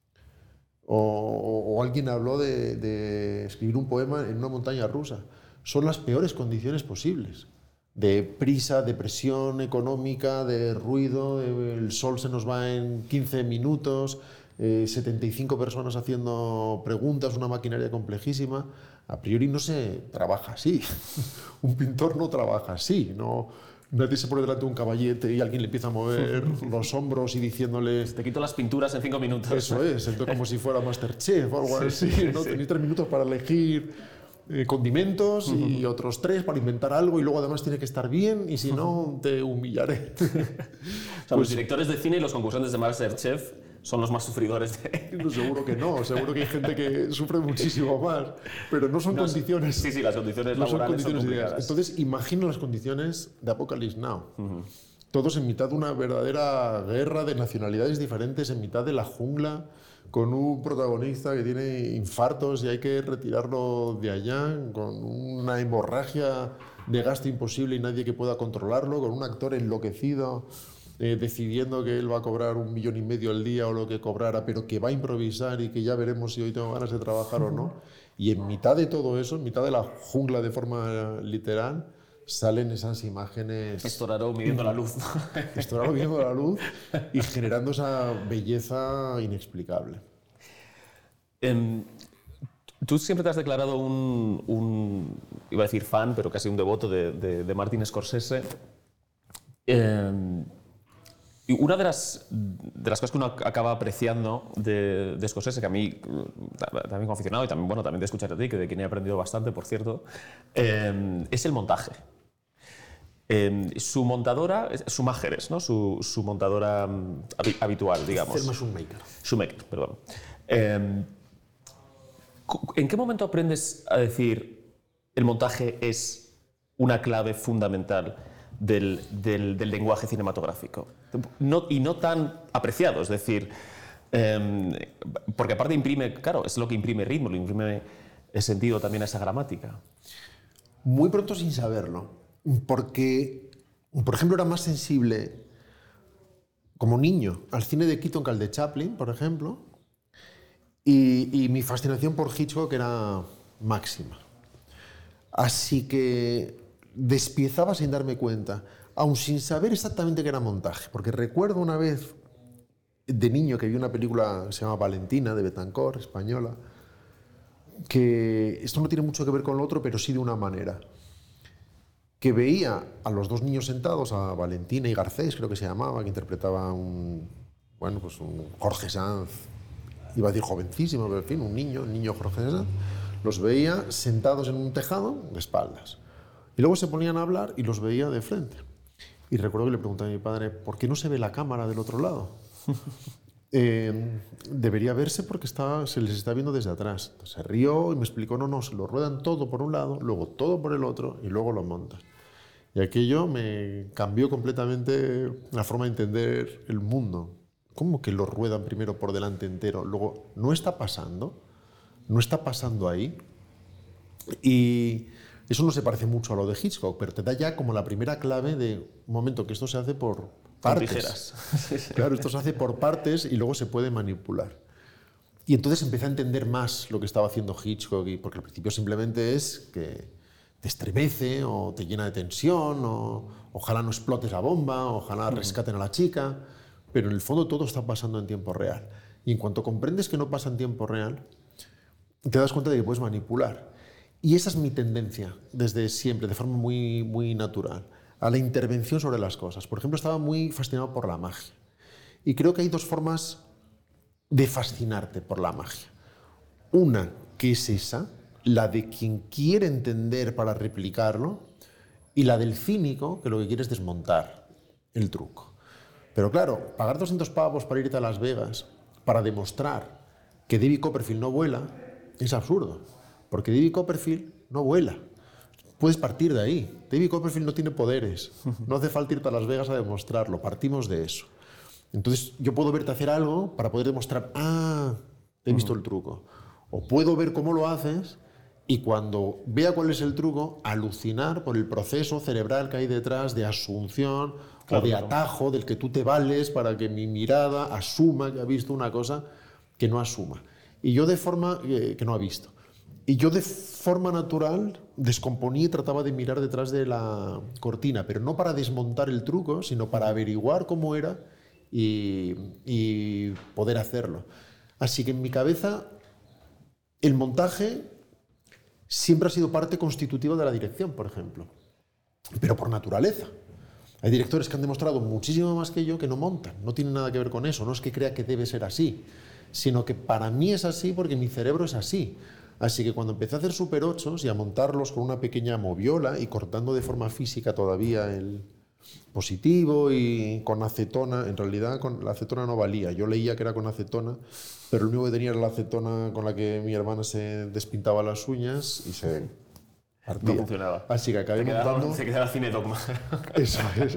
O alguien habló de escribir un poema en una montaña rusa. Son las peores condiciones posibles. De prisa, de presión económica, de ruido, el sol se nos va en 15 minutos, 75 personas haciendo preguntas, una maquinaria complejísima. A priori no se trabaja así. Un pintor no trabaja así. Nadie se pone delante de un caballete y alguien le empieza a mover los hombros y diciéndole... Te quito las pinturas en 5 minutos. Eso es, entonces como si fuera Masterchef o algo así. ¿No? Sí. Tenéis 3 minutos para elegir condimentos y otros 3 para inventar algo y luego además tiene que estar bien y si no te humillaré. O sea, los directores de cine y los concursantes de Masterchef son los más sufridores de... No, seguro que no, seguro que hay gente que sufre muchísimo más, pero no son condiciones... Sí, las condiciones laborales son complicadas. Entonces, imagino las condiciones de Apocalypse Now. Todos en mitad de una verdadera guerra de nacionalidades diferentes, en mitad de la jungla, con un protagonista que tiene infartos y hay que retirarlo de allá, con una hemorragia de gasto imposible y nadie que pueda controlarlo, con un actor enloquecido decidiendo que él va a cobrar 1,5 millones al día o lo que cobrara, pero que va a improvisar y que ya veremos si hoy tengo ganas de trabajar o no. Y en mitad de todo eso, en mitad de la jungla de forma literal, salen esas imágenes... Storaro midiendo la luz. Storaro midiendo la luz y generando esa belleza inexplicable. Tú siempre te has declarado iba a decir fan, pero casi un devoto de Martin Scorsese. Y una de las cosas que uno acaba apreciando de Scorsese, que a mí, también como aficionado y también de escuchar a ti, que de quien he aprendido bastante, por cierto, es el montaje. Su montadora, Schumacher, ¿no? Su montadora habitual, digamos. Thelma Schoonmaker. Schoonmaker, perdón. ¿En qué momento aprendes a decir el montaje es una clave fundamental del lenguaje cinematográfico? Y no tan apreciado, es decir, porque aparte imprime, claro, es lo que imprime ritmo, lo imprime el sentido también a esa gramática. Muy pronto sin saberlo, porque, por ejemplo, era más sensible como niño al cine de Keaton que al de Chaplin, por ejemplo, y mi fascinación por Hitchcock era máxima. Así que despiezaba sin darme cuenta, aun sin saber exactamente qué era montaje, porque recuerdo una vez de niño que vi una película que se llama Valentina, de Betancourt, española, que esto no tiene mucho que ver con lo otro, pero sí de una manera, que veía a los 2 niños sentados, a Valentina y Garcés, creo que se llamaba, que interpretaba un Jorge Sanz, iba a decir jovencísimo, pero en fin, un niño Jorge Sanz, los veía sentados en un tejado de espaldas. Y luego se ponían a hablar y los veía de frente. Y recuerdo que le pregunté a mi padre, ¿por qué no se ve la cámara del otro lado? Debería verse porque se les está viendo desde atrás. Entonces, se rió y me explicó, no, se lo ruedan todo por un lado, luego todo por el otro y luego lo montan. Y aquello me cambió completamente la forma de entender el mundo. ¿Cómo que lo ruedan primero por delante entero? Luego, no está pasando ahí. Y eso no se parece mucho a lo de Hitchcock, pero te da ya como la primera clave de un momento que esto se hace por partes. Tijeras. Claro, esto se hace por partes y luego se puede manipular. Y entonces empecé a entender más lo que estaba haciendo Hitchcock, porque al principio simplemente es que te estremece o te llena de tensión, o ojalá no explotes la bomba, ojalá rescaten a la chica, pero en el fondo todo está pasando en tiempo real. Y en cuanto comprendes que no pasa en tiempo real, te das cuenta de que puedes manipular. Y esa es mi tendencia desde siempre, de forma muy, muy natural, a la intervención sobre las cosas. Por ejemplo, estaba muy fascinado por la magia. Y creo que hay dos formas de fascinarte por la magia. Una, que es esa, la de quien quiere entender para replicarlo, y la del cínico, que lo que quiere es desmontar el truco. Pero claro, pagar 200 pavos para irte a Las Vegas para demostrar que David Copperfield no vuela es absurdo, porque David Copperfield no vuela. Puedes partir de ahí. David Copperfield no tiene poderes. No hace falta irte a Las Vegas a demostrarlo. Partimos de eso. Entonces, yo puedo verte hacer algo para poder demostrar, he visto el truco. O puedo ver cómo lo haces y cuando vea cuál es el truco, alucinar por el proceso cerebral que hay detrás de asunción o de atajo del que tú te vales para que mi mirada asuma que ha visto una cosa que no asuma. Y yo de forma que no ha visto. Y yo de forma natural descomponía y trataba de mirar detrás de la cortina, pero no para desmontar el truco, sino para averiguar cómo era y poder hacerlo. Así que en mi cabeza el montaje siempre ha sido parte constitutiva de la dirección, por ejemplo, pero por naturaleza. Hay directores que han demostrado muchísimo más que yo que no montan, no tiene nada que ver con eso, no es que crea que debe ser así, sino que para mí es así porque mi cerebro es así. Así que cuando empecé a hacer Super 8 y a montarlos con una pequeña moviola y cortando de forma física todavía el positivo y con acetona, en realidad con la acetona no valía, yo leía que era con acetona, pero lo único que tenía era la acetona con la que mi hermana se despintaba las uñas y se partía. No funcionaba. Así que acabé montando... Se quedaba cine dogma. Eso es.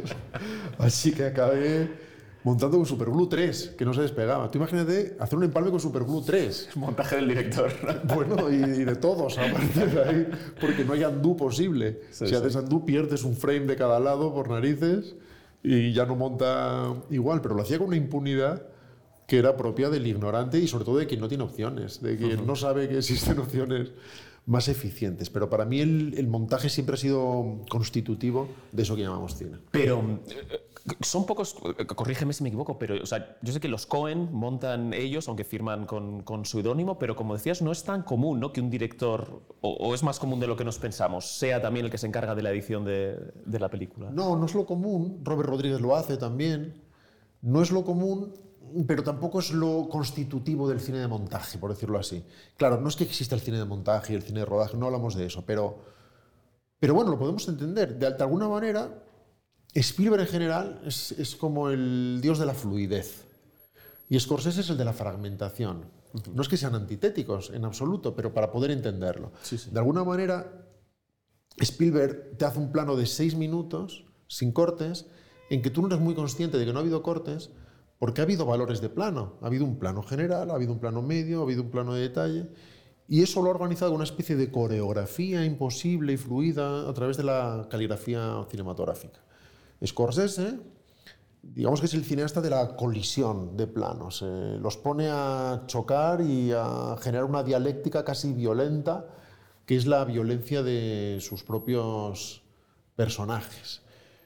Así que acabé montando con Superglue 3, que no se despegaba. Tú imagínate hacer un empalme con Superglue 3. Montaje del director. Bueno, y de todos, aparte de ahí, porque no hay undo posible. Si haces undo, pierdes un frame de cada lado por narices y ya no monta igual, pero lo hacía con una impunidad que era propia del ignorante y sobre todo de quien no tiene opciones, de quien no sabe que existen opciones más eficientes. Pero para mí el montaje siempre ha sido constitutivo de eso que llamamos cine. Pero son pocos, corrígeme si me equivoco, pero o sea, yo sé que los Coen montan ellos, aunque firman con seudónimo, pero como decías, no es tan común, ¿no?, que un director, o es más común de lo que nos pensamos, sea también el que se encarga de la edición de la película. No, no es lo común. Robert Rodríguez lo hace también. No es lo común, pero tampoco es lo constitutivo del cine de montaje, por decirlo así. Claro, no es que exista el cine de montaje y el cine de rodaje, no hablamos de eso, pero bueno, lo podemos entender. De alguna manera, Spielberg en general es como el dios de la fluidez y Scorsese es el de la fragmentación. No es que sean antitéticos en absoluto, pero para poder entenderlo. Sí, sí. De alguna manera, Spielberg te hace un plano de 6 minutos, sin cortes, en que tú no eres muy consciente de que no ha habido cortes, porque ha habido valores de plano. Ha habido un plano general, ha habido un plano medio, ha habido un plano de detalle, y eso lo ha organizado una especie de coreografía imposible y fluida a través de la caligrafía cinematográfica. Scorsese, digamos que es el cineasta de la colisión de planos. Los pone a chocar y a generar una dialéctica casi violenta, que es la violencia de sus propios personajes.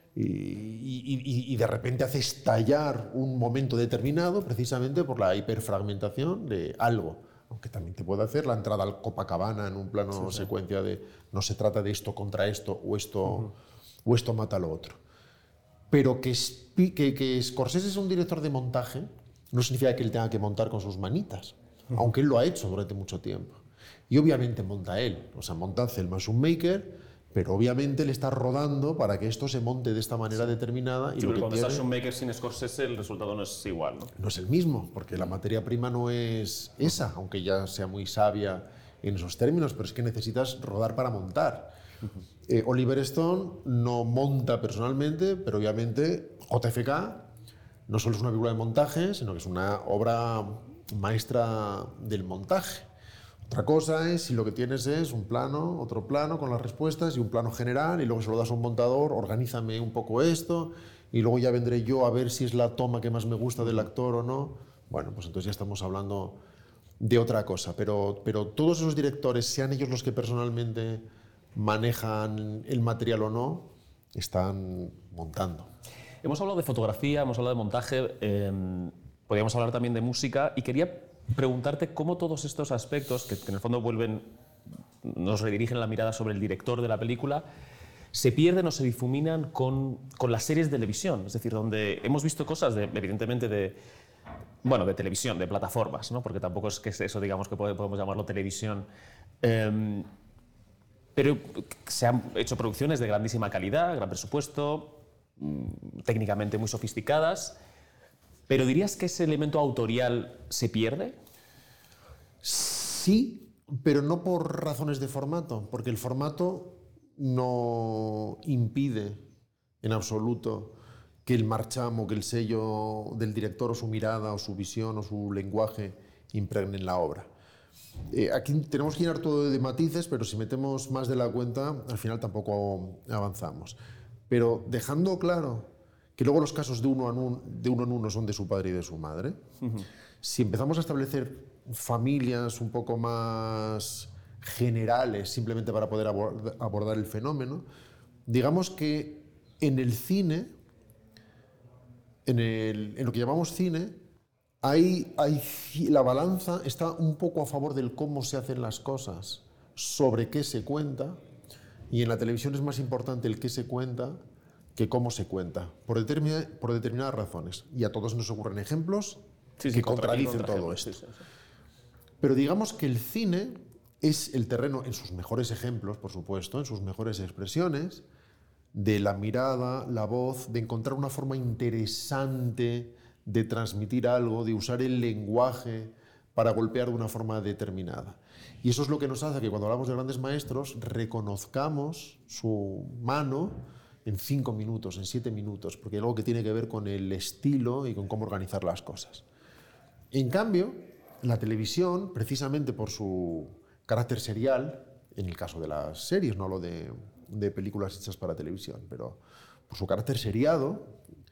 Y de repente hace estallar un momento determinado precisamente por la hiperfragmentación de algo. Aunque también te puede hacer la entrada al Copacabana en un plano secuencia de no se trata de esto contra esto o esto mata a lo otro. Pero que Scorsese es un director de montaje no significa que él tenga que montar con sus manitas, aunque él lo ha hecho durante mucho tiempo. Y obviamente monta él, o sea, monta Thelma Schoonmaker, pero obviamente le está rodando para que esto se monte de esta manera determinada. Y sí, lo que cuando tiene, está Schoonmaker sin Scorsese, el resultado no es igual, ¿no? No es el mismo, porque la materia prima no es esa, aunque ya sea muy sabia en esos términos, pero es que necesitas rodar para montar. Oliver Stone no monta personalmente, pero obviamente JFK no solo es una película de montaje, sino que es una obra maestra del montaje. Otra cosa es si lo que tienes es un plano, otro plano con las respuestas y un plano general y luego se lo das a un montador, organízame un poco esto y luego ya vendré yo a ver si es la toma que más me gusta del actor o no. Bueno, pues entonces ya estamos hablando de otra cosa, pero todos esos directores, sean ellos los que personalmente manejan el material o no, están montando. Hemos hablado de fotografía, hemos hablado de montaje, podríamos hablar también de música y quería preguntarte cómo todos estos aspectos, que en el fondo nos redirigen la mirada sobre el director de la película, se pierden o se difuminan con las series de televisión. Es decir, donde hemos visto cosas, evidentemente, de televisión, de plataformas, ¿no? Porque tampoco es que eso, digamos, que podemos llamarlo televisión. Pero se han hecho producciones de grandísima calidad, gran presupuesto, técnicamente muy sofisticadas. ¿Pero dirías que ese elemento autorial se pierde? Sí, pero no por razones de formato, porque el formato no impide en absoluto que el marchamo, que el sello del director o su mirada o su visión o su lenguaje impregnen la obra. Aquí tenemos que llenar todo de matices, pero si metemos más de la cuenta, al final tampoco avanzamos. Pero dejando claro que luego los casos de uno en uno son de su padre y de su madre, si empezamos a establecer familias un poco más generales simplemente para poder abordar el fenómeno, digamos que en el cine, en lo que llamamos cine, la balanza está un poco a favor del cómo se hacen las cosas, sobre qué se cuenta, y en la televisión es más importante el qué se cuenta que cómo se cuenta, por determinadas razones. Y a todos nos ocurren ejemplos que contradicen todo esto. Sí. Pero digamos que el cine es el terreno, en sus mejores ejemplos, por supuesto, en sus mejores expresiones, de la mirada, la voz, de encontrar una forma interesante de transmitir algo, de usar el lenguaje para golpear de una forma determinada. Y eso es lo que nos hace que cuando hablamos de grandes maestros reconozcamos su mano en 5 minutos, en 7 minutos, porque hay algo que tiene que ver con el estilo y con cómo organizar las cosas. En cambio, la televisión, precisamente por su carácter serial, en el caso de las series, no hablo de películas hechas para televisión, pero por su carácter seriado,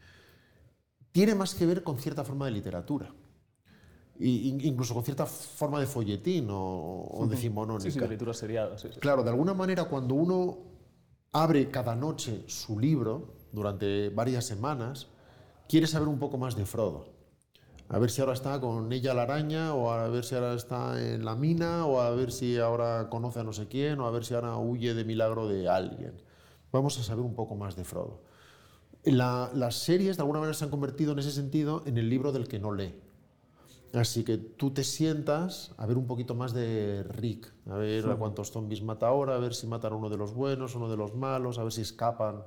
tiene más que ver con cierta forma de literatura, incluso con cierta forma de folletín o decimonónica. Sí, de literatura seriada. Sí. Claro, de alguna manera, cuando uno abre cada noche su libro durante varias semanas, quiere saber un poco más de Frodo. A ver si ahora está con ella la araña, o a ver si ahora está en la mina, o a ver si ahora conoce a no sé quién, o a ver si ahora huye de milagro de alguien. Vamos a saber un poco más de Frodo. Las series, de alguna manera, se han convertido en ese sentido en el libro del que no lee. Así que tú te sientas a ver un poquito más de Rick, a ver a cuántos zombies mata ahora, a ver si matan a uno de los buenos, uno de los malos, a ver si escapan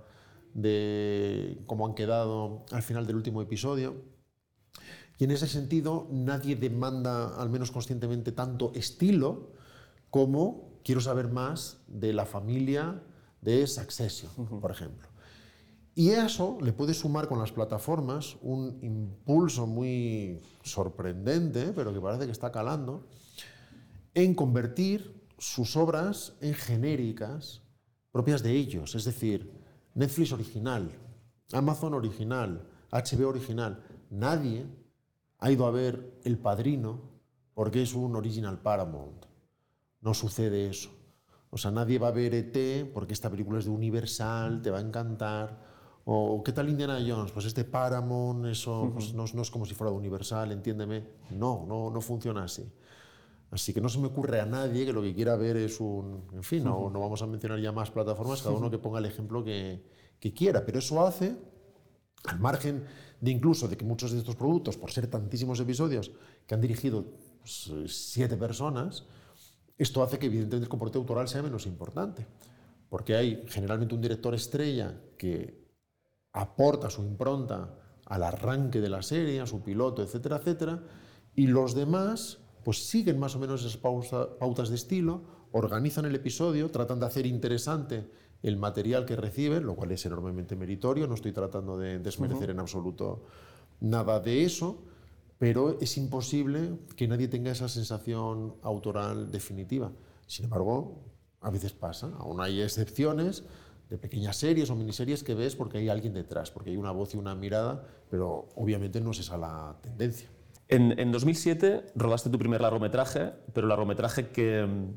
de cómo han quedado al final del último episodio. Y en ese sentido nadie demanda, al menos conscientemente, tanto estilo como quiero saber más de la familia de Succession, por ejemplo. Y a eso le puede sumar con las plataformas un impulso muy sorprendente, pero que parece que está calando, en convertir sus obras en genéricas propias de ellos. Es decir, Netflix original, Amazon original, HBO original. Nadie ha ido a ver El Padrino porque es un original Paramount. No sucede eso. O sea, nadie va a ver ET porque esta película es de Universal, te va a encantar. O ¿qué tal Indiana Jones? Pues es de Paramount, eso pues no es como si fuera de Universal, entiéndeme. No funciona así. Así que no se me ocurre a nadie que lo que quiera ver es un... En fin, no vamos a mencionar ya más plataformas, cada uno que ponga el ejemplo que quiera. Pero eso hace, al margen de incluso de que muchos de estos productos, por ser tantísimos episodios que han dirigido 7 personas, esto hace que evidentemente el componente autoral sea menos importante. Porque hay generalmente un director estrella que aporta su impronta al arranque de la serie, a su piloto, etcétera, etcétera, y los demás pues siguen más o menos esas pautas de estilo, organizan el episodio, tratan de hacer interesante el material que reciben, lo cual es enormemente meritorio, no estoy tratando de desmerecer en absoluto nada de eso, pero es imposible que nadie tenga esa sensación autoral definitiva. Sin embargo, a veces pasa, aún hay excepciones de pequeñas series o miniseries que ves porque hay alguien detrás, porque hay una voz y una mirada, pero obviamente no es esa la tendencia. En 2007 rodaste tu primer largometraje, pero el largometraje que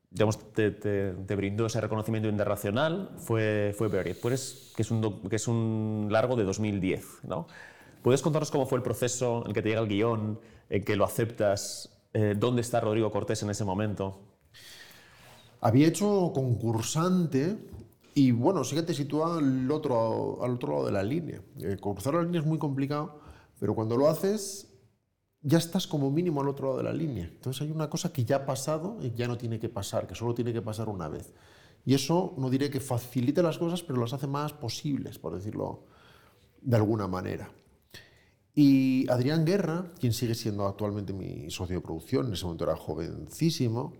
digamos, te brindó ese reconocimiento internacional fue Buried, pues, que es un largo de 2010, ¿no? ¿Puedes contarnos cómo fue el proceso en el que te llega el guión, en que lo aceptas? ¿Dónde está Rodrigo Cortés en ese momento? Había hecho concursante y bueno, sí que te sitúa al otro lado de la línea. Cruzar la línea es muy complicado, pero cuando lo haces ya estás como mínimo al otro lado de la línea. Entonces hay una cosa que ya ha pasado y ya no tiene que pasar, que solo tiene que pasar una vez. Y eso no diré que facilite las cosas, pero las hace más posibles, por decirlo de alguna manera. Y Adrián Guerra, quien sigue siendo actualmente mi socio de producción, en ese momento era jovencísimo,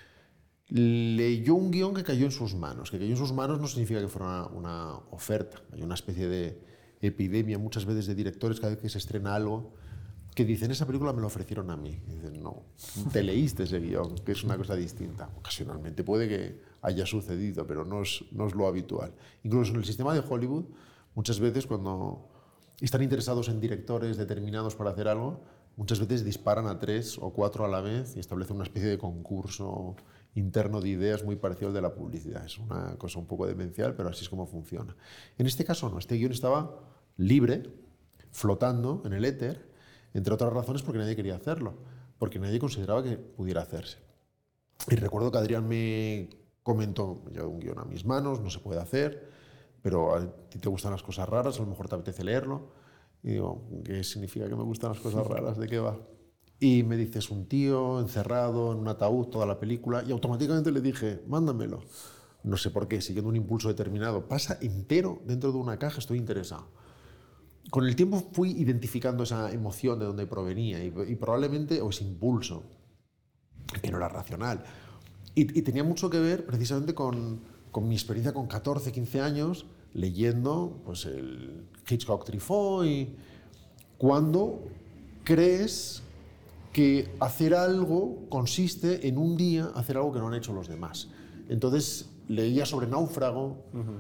leyó un guión que cayó en sus manos. Que cayó en sus manos no significa que fuera una oferta. Hay una especie de epidemia muchas veces de directores cada vez que se estrena algo que dicen, esa película me la ofrecieron a mí. Y dicen, no, te leíste ese guión, que es una cosa distinta. Ocasionalmente puede que haya sucedido, pero no es lo habitual. Incluso en el sistema de Hollywood, muchas veces cuando están interesados en directores determinados para hacer algo, muchas veces disparan a 3 o 4 a la vez y establecen una especie de concurso interno de ideas muy parecido al de la publicidad. Es una cosa un poco demencial, pero así es como funciona. En este caso no, este guión estaba libre, flotando en el éter, entre otras razones porque nadie quería hacerlo, porque nadie consideraba que pudiera hacerse. Y recuerdo que Adrián me comentó, yo un guión a mis manos, no se puede hacer, pero a ti te gustan las cosas raras, a lo mejor te apetece leerlo. Y digo, ¿qué significa que me gustan las cosas raras? ¿De qué va? Y me dice, es un tío encerrado en un ataúd toda la película, y automáticamente le dije, mándamelo. No sé por qué, siguiendo un impulso determinado. Pasa entero dentro de una caja, estoy interesado. Con el tiempo fui identificando esa emoción de dónde provenía y probablemente, o ese impulso, que no era racional. Y tenía mucho que ver precisamente con mi experiencia con 14, 15 años, leyendo pues, el Hitchcock Truffaut, y cuando crees que hacer algo consiste en un día hacer algo que no han hecho los demás. Entonces leía sobre náufragos,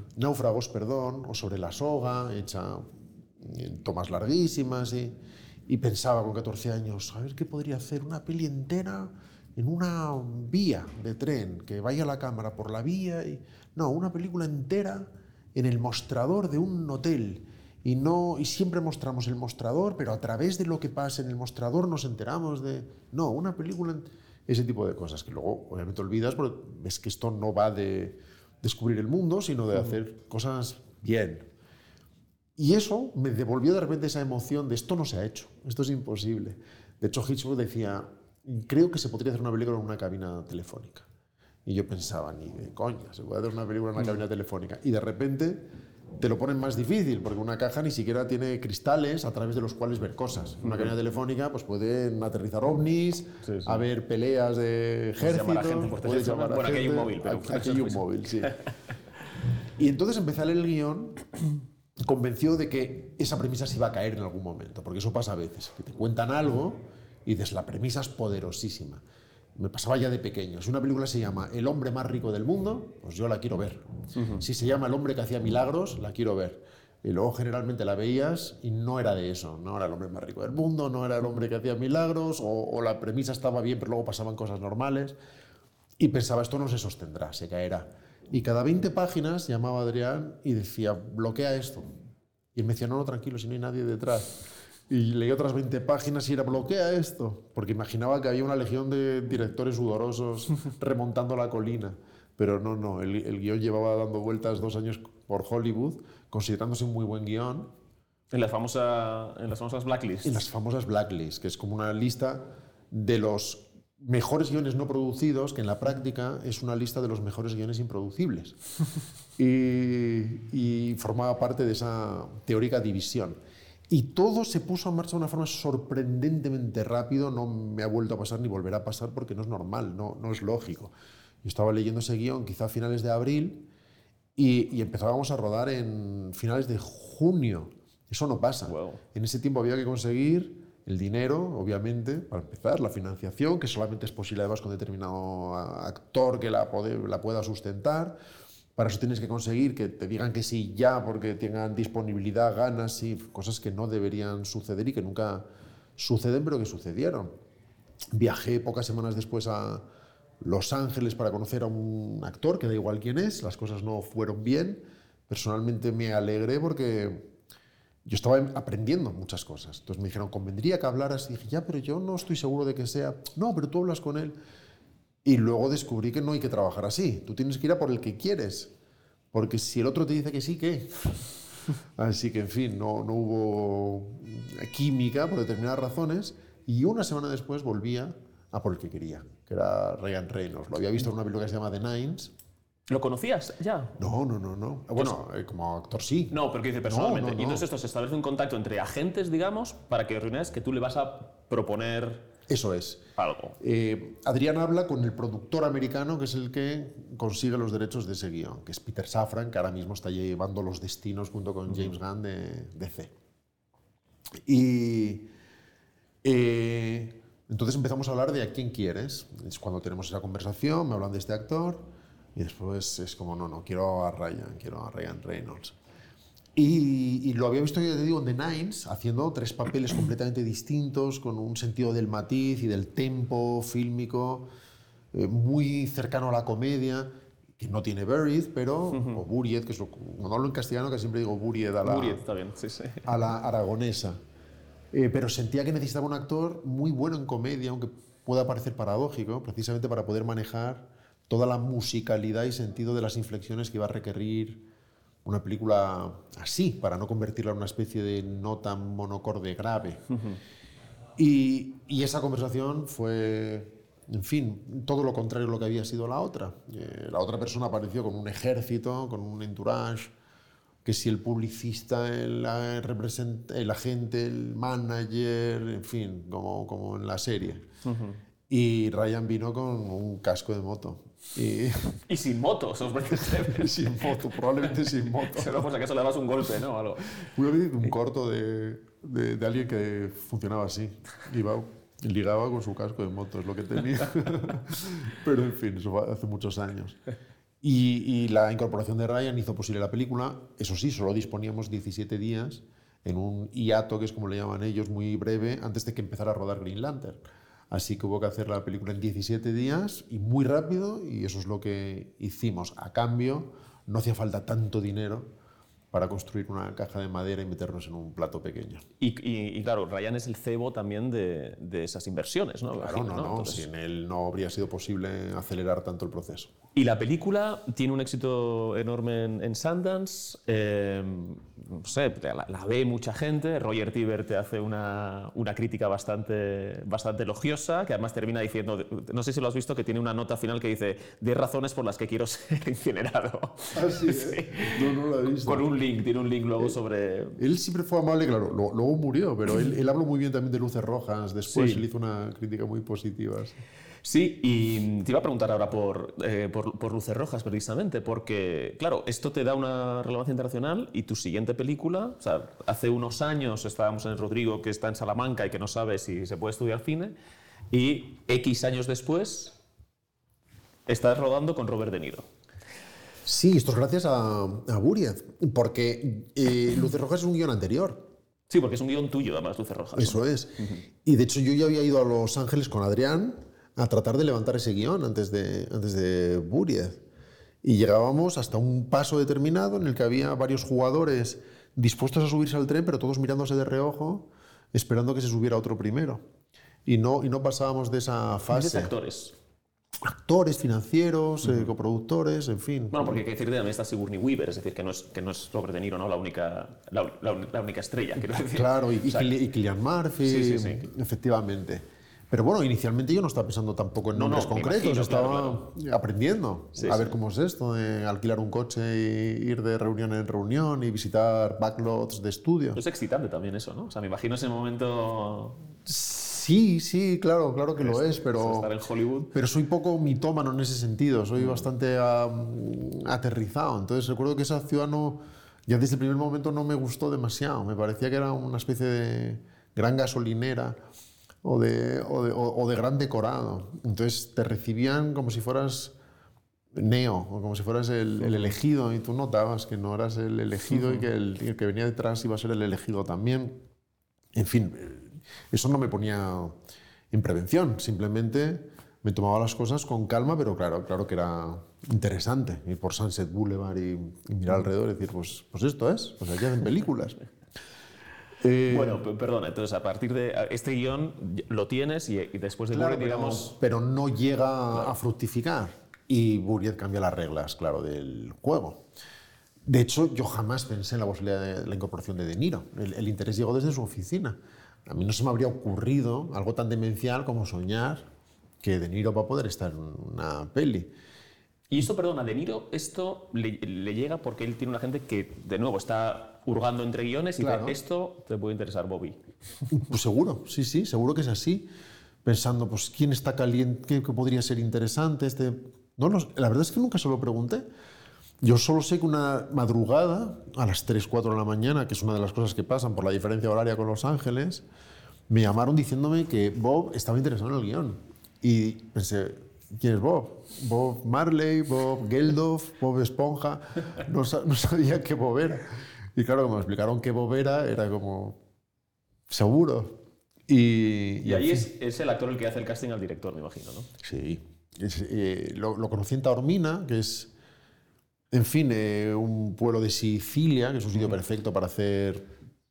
o sobre La soga, hecha en tomas larguísimas, y pensaba con 14 años, a ver qué podría hacer, una peli entera en una vía de tren, que vaya la cámara por la vía, no, una película entera en el mostrador de un hotel. Y siempre mostramos el mostrador, pero a través de lo que pasa en el mostrador nos enteramos de... No, una película... Ese tipo de cosas que luego obviamente olvidas, porque ves que esto no va de descubrir el mundo, sino de hacer cosas bien. Y eso me devolvió de repente esa emoción de esto no se ha hecho, esto es imposible. De hecho, Hitchcock decía, creo que se podría hacer una película en una cabina telefónica. Y yo pensaba, ni de coña, se puede hacer una película en una cabina telefónica. Y de repente te lo ponen más difícil, porque una caja ni siquiera tiene cristales a través de los cuales ver cosas. En una cabina telefónica pues pueden aterrizar ovnis, haber peleas de ejército, puedes llamar a gente. Bueno, aquí hay un móvil, pero... Aquí hay un móvil, sí. Y entonces empecé a leer el guión convencido de que esa premisa se iba a caer en algún momento, porque eso pasa a veces, que te cuentan algo y dices, la premisa es poderosísima. Me pasaba ya de pequeño. Si una película se llama El hombre más rico del mundo, pues yo la quiero ver. Si se llama El hombre que hacía milagros, la quiero ver. Y luego generalmente la veías y no era de eso. No era el hombre más rico del mundo, no era el hombre que hacía milagros, o la premisa estaba bien, pero luego pasaban cosas normales. Y pensaba, esto no se sostendrá, se caerá. Y cada 20 páginas llamaba a Adrián y decía, bloquea esto. Y él me decía, no, tranquilo, si no hay nadie detrás. Y leí otras 20 páginas y era, bloquea esto. Porque imaginaba que había una legión de directores sudorosos remontando la colina. Pero no, el guión llevaba dando vueltas 2 años por Hollywood, considerándose un muy buen guión. En las famosas blacklists. En las famosas blacklists, que es como una lista de los mejores guiones no producidos, que en la práctica es una lista de los mejores guiones improducibles. y formaba parte de esa teórica división. Y todo se puso en marcha de una forma sorprendentemente rápido. No me ha vuelto a pasar ni volverá a pasar porque no es normal, no es lógico. Yo estaba leyendo ese guión quizá a finales de abril y empezábamos a rodar en finales de junio. Eso no pasa. Wow. En ese tiempo había que conseguir el dinero, obviamente, para empezar, la financiación, que solamente es posible además con determinado actor que la pueda sustentar. Para eso tienes que conseguir que te digan que sí ya, porque tengan disponibilidad, ganas, y cosas que no deberían suceder y que nunca suceden, pero que sucedieron. Viajé pocas semanas después a Los Ángeles para conocer a un actor, que da igual quién es, las cosas no fueron bien. Personalmente me alegré porque yo estaba aprendiendo muchas cosas. Entonces me dijeron, convendría que hablaras. Y dije, ya, pero yo no estoy seguro de que sea. No, pero tú hablas con él. Y luego descubrí que no hay que trabajar así. Tú tienes que ir a por el que quieres. Porque si el otro te dice que sí, ¿qué? Así que, en fin, no hubo química por determinadas razones. Y una semana después volvía a por el que quería, que era Ryan Reynolds. Lo había visto en una película que se llama The Nines. ¿Lo conocías ya? No. Bueno, como actor sí. No, pero ¿qué dice personalmente? No. Y entonces esto se establece un contacto entre agentes, digamos, para que reúnas que tú le vas a proponer Eso es. algo. Adrián habla con el productor americano, que es el que consigue los derechos de ese guión, que es Peter Safran, que ahora mismo está llevando los destinos junto con James Gunn de DC. Y entonces empezamos a hablar de a quién quieres. Es cuando tenemos esa conversación, me hablan de este actor, y después es como, no, quiero a Ryan Reynolds. Y lo había visto, ya te digo, en The Nines, haciendo 3 papeles completamente distintos, con un sentido del matiz y del tempo fílmico muy cercano a la comedia, que no tiene Buried, pero, o Buried, que es cuando hablo en castellano, que siempre digo Buried Buried, está bien, sí. A la aragonesa. Pero sentía que necesitaba un actor muy bueno en comedia, aunque pueda parecer paradójico, precisamente para poder manejar toda la musicalidad y sentido de las inflexiones que iba a requerir una película así, para no convertirla en una especie de nota monocorde grave. Y esa conversación fue, en fin, todo lo contrario a lo que había sido la otra. La otra persona apareció con un ejército, con un entourage, que si el publicista, el agente, el manager, en fin, como en la serie. Y Ryan vino con un casco de moto. Y sin moto, sorprendente. Sin moto, probablemente sin moto. Pero pues acaso le dabas un golpe, ¿no? Algo. Una vez vi un corto de alguien que funcionaba así. Ligaba con su casco de moto, es lo que tenía. Pero en fin, eso fue hace muchos años. Y la incorporación de Ryan hizo posible la película. Eso sí, solo disponíamos 17 días en un hiato, que es como le llaman ellos, muy breve, antes de que empezara a rodar Green Lantern. Así que hubo que hacer la película en 17 días y muy rápido, y eso es lo que hicimos. A cambio, no hacía falta tanto dinero para construir una caja de madera y meternos en un plato pequeño. Y claro, Ryan es el cebo también de esas inversiones, ¿no? Claro, Imagino, no. Entonces... Sin él no habría sido posible acelerar tanto el proceso. Y la película tiene un éxito enorme en Sundance. No sé, la ve mucha gente. Roger Ebert te hace una crítica bastante elogiosa, que además termina diciendo, no sé si lo has visto, que tiene una nota final que dice 10 razones por las que quiero ser incinerado. ¿Ah, sí? Sí. No lo he visto. Tiene un link luego sobre... Él siempre fue amable, claro, luego murió, pero él habló muy bien también de Luces Rojas. Después Sí. él hizo una crítica muy positiva. Sí. Sí, y te iba a preguntar ahora por Luces Rojas, precisamente, porque, claro, esto te da una relevancia internacional y tu siguiente película, o sea, hace unos años estábamos en el Rodrigo, que está en Salamanca y que no sabe si se puede estudiar cine, y X años después estás rodando con Robert De Niro. Sí, esto es gracias a Buried, porque Luces Rojas es un guión anterior. Sí, porque es un guión tuyo, además, Luces Rojas, ¿no? Eso es. Y de hecho yo ya había ido a Los Ángeles con Adrián a tratar de levantar ese guión antes de Buried. Y llegábamos hasta un paso determinado en el que había varios jugadores dispuestos a subirse al tren, pero todos mirándose de reojo, esperando que se subiera otro primero. Y no pasábamos de esa fase. Actores. Actores, financieros, coproductores, en fin. Bueno, porque hay que decir también está Sigourney Weaver, es decir, que no es Robert De Niro, ¿no? la única estrella, quiero decir. Claro, y O sea, Cillian Murphy, sí. Efectivamente. Pero bueno, inicialmente yo no estaba pensando tampoco en nombres concretos, imagino, estaba aprendiendo a ver sí. cómo es esto de alquilar un coche e ir de reunión en reunión y visitar backlots de estudio. Es excitante también eso, ¿no? O sea, me imagino ese momento... Sí, claro que lo es, pero... Estar en Hollywood. Pero soy poco mitómano en ese sentido, soy bastante aterrizado. Entonces recuerdo que esa ciudad ya desde el primer momento no me gustó demasiado. Me parecía que era una especie de gran gasolinera o de gran decorado. Entonces te recibían como si fueras Neo, o como si fueras el elegido, y tú notabas que no eras el elegido y que el que venía detrás iba a ser el elegido también. En fin, eso no me ponía en prevención, simplemente me tomaba las cosas con calma, pero claro que era interesante ir por Sunset Boulevard y mirar alrededor y decir, pues esto es, pues aquí hacen películas. Bueno, perdona, entonces a partir de este guión lo tienes y después de Claro, Buried, digamos... pero no llega a fructificar. Y Buried cambia las reglas, claro, del juego. De hecho, yo jamás pensé en la posibilidad de la incorporación de De Niro. El interés llegó desde su oficina. A mí no se me habría ocurrido algo tan demencial como soñar que De Niro va a poder estar en una peli. Y esto, perdona, De Niro, esto le llega porque él tiene una gente que, de nuevo, está hurgando entre guiones y Claro. dice, esto te puede interesar, Bobby. Pues seguro, sí, seguro que es así. Pensando, pues, ¿quién está caliente? ¿Qué podría ser interesante? La verdad es que nunca se lo pregunté. Yo solo sé que una madrugada, a las 3, 4 de la mañana, que es una de las cosas que pasan por la diferencia horaria con Los Ángeles, me llamaron diciéndome que Bob estaba interesado en el guión. Y pensé, ¿quién es Bob? Bob Marley, Bob Geldof, Bob Esponja. No sabía qué Bob era. Y claro, cuando me explicaron qué Bob era como, seguro. Y ahí es el actor el que hace el casting al director, me imagino, ¿no? Sí. Lo conocí en Taormina, que es, en fin, un pueblo de Sicilia, que es un sitio perfecto para hacer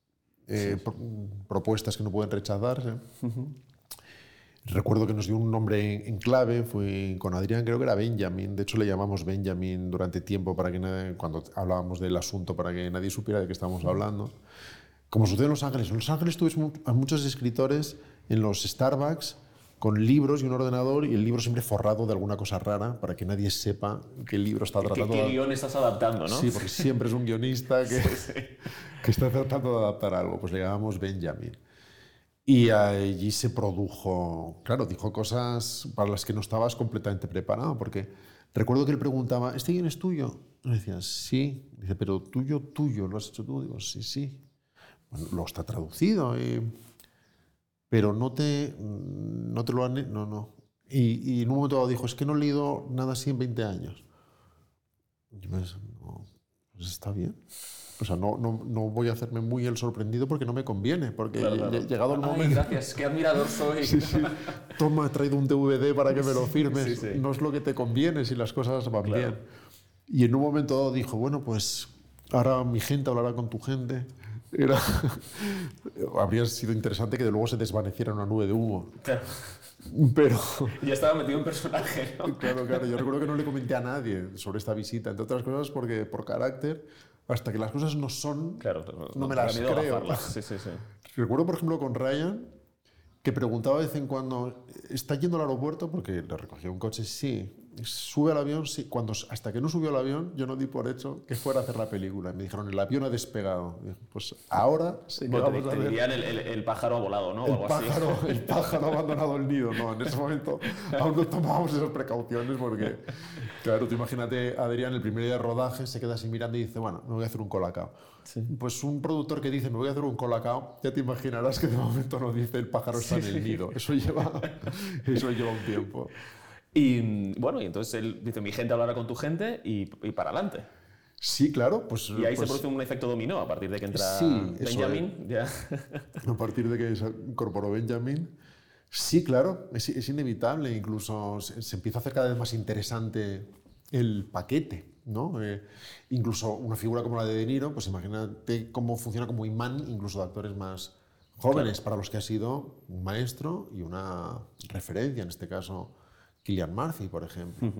propuestas que no pueden rechazarse. Recuerdo que nos dio un nombre en clave, fui con Adrián, creo que era Benjamin. De hecho, le llamamos Benjamin durante tiempo para que cuando hablábamos del asunto, para que nadie supiera de qué estábamos hablando. Como sucede en Los Ángeles tuve a muchos escritores en los Starbucks con libros y un ordenador y el libro siempre forrado de alguna cosa rara para que nadie sepa qué libro está tratando. ¿Qué guión estás adaptando, no? Sí, porque siempre es un guionista que está tratando de adaptar algo. Pues le llamamos Benjamin. Y allí se produjo, claro, dijo cosas para las que no estabas completamente preparado, porque recuerdo que él preguntaba, ¿este guion es tuyo? Y le decía, sí. Dice, pero tuyo, ¿lo has hecho tú? Digo, sí. Bueno, lo está traducido, pero no te lo han... No. Y en un momento dado dijo, es que no he leído nada así en 20 años. Y yo pensé, no, pues está bien. O sea, no voy a hacerme muy el sorprendido porque no me conviene, porque Claro. llegado el momento... Ay, gracias, qué admirador soy. Sí. Toma, he traído un DVD para que me lo firmes. Sí. No es lo que te conviene si las cosas van bien. Y en un momento dado dijo, bueno, pues ahora mi gente hablará con tu gente. Habría sido interesante que de luego se desvaneciera una nube de humo. Claro. Pero... Ya estaba metido en personaje, ¿no? Claro. Yo recuerdo que no le comenté a nadie sobre esta visita, entre otras cosas porque por carácter, hasta que las cosas no son, no me las creo. Sí. Recuerdo, por ejemplo, con Ryan, que preguntaba de vez en cuando, ¿está yendo al aeropuerto? Porque le recogía un coche, sí. ¿Sube al avión? Sí. Hasta que no subió al avión, yo no di por hecho que fuera a hacer la película. Me dijeron, el avión ha despegado. Y dije, pues ahora sí que vamos a ver. Te dirían el pájaro ha volado, ¿no? El pájaro ha abandonado el nido. No, en ese momento aún no tomábamos esas precauciones porque, claro, tú imagínate, Adrián, el primer día de rodaje se queda así mirando y dice, bueno, me voy a hacer un colacao. Sí. Pues un productor que dice, me voy a hacer un colacao, ya te imaginarás que de momento no dice el pájaro está en el nido. Eso lleva un tiempo. Y bueno, y entonces él dice, mi gente hablará con tu gente y para adelante. Sí, claro. Y ahí se produce un efecto dominó a partir de que entra Benjamin. Ya. A partir de que se incorporó Benjamin. Sí, claro, es inevitable. Incluso se empieza a hacer cada vez más interesante el paquete, ¿no? Incluso una figura como la de De Niro, pues imagínate cómo funciona como imán incluso de actores más jóvenes, para los que ha sido un maestro y una referencia, en este caso Cillian Murphy, por ejemplo.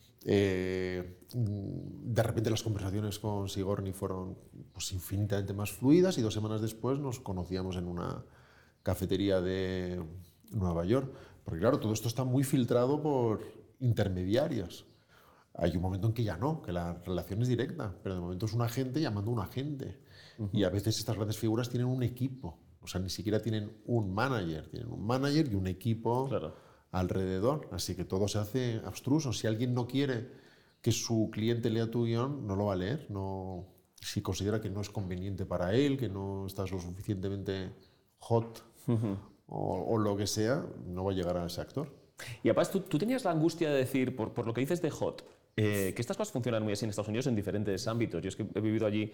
De repente las conversaciones con Sigourney fueron pues, infinitamente más fluidas y 2 semanas después nos conocíamos en una cafetería de Nueva York. Porque claro, todo esto está muy filtrado por intermediarios. Hay un momento en que ya no, que la relación es directa, pero de momento es un agente llamando a un agente. Y a veces estas grandes figuras tienen un equipo. O sea, ni siquiera tienen un manager, tienen un manager y un equipo alrededor. Así que todo se hace abstruso. Si alguien no quiere que su cliente lea tu guión, no lo va a leer. Si considera que no es conveniente para él, que no estás lo suficientemente hot o lo que sea, no va a llegar a ese actor. Y además tú tenías la angustia de decir, por lo que dices de hot, que estas cosas funcionan muy así en Estados Unidos en diferentes ámbitos. Yo es que he vivido allí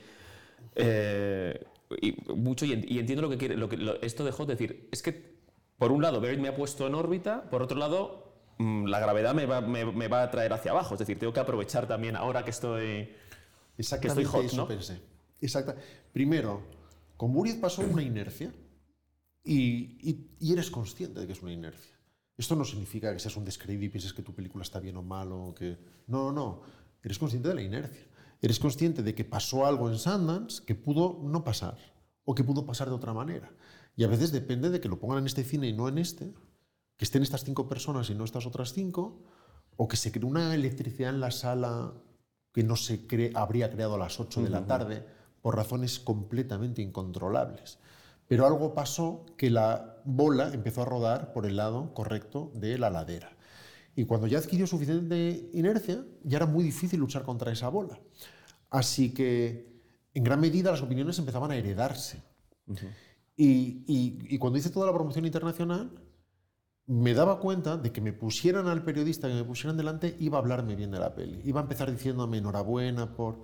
mucho y entiendo lo que quiere esto de hot, decir, es que por un lado Buried me ha puesto en órbita, por otro lado la gravedad me va a traer hacia abajo. Es decir, tengo que aprovechar también ahora que estoy hot, eso ¿no? pensé. Exacto. Primero, con Buried pasó una inercia y eres consciente de que es una inercia. Esto no significa que seas un descreído y pienses que tu película está bien o mal o que... No. Eres consciente de la inercia. Eres consciente de que pasó algo en Sundance que pudo no pasar o que pudo pasar de otra manera. Y a veces depende de que lo pongan en este cine y no en este, que estén estas 5 personas y no estas otras 5, o que se cree una electricidad en la sala que no se habría creado a las 8 de la tarde por razones completamente incontrolables. Pero algo pasó que la bola empezó a rodar por el lado correcto de la ladera. Y cuando ya adquirió suficiente inercia, ya era muy difícil luchar contra esa bola. Así que, en gran medida, las opiniones empezaban a heredarse. Y cuando hice toda la promoción internacional, me daba cuenta de que me pusieran al periodista, que me pusieran delante, iba a hablarme bien de la peli. Iba a empezar diciéndome enhorabuena por...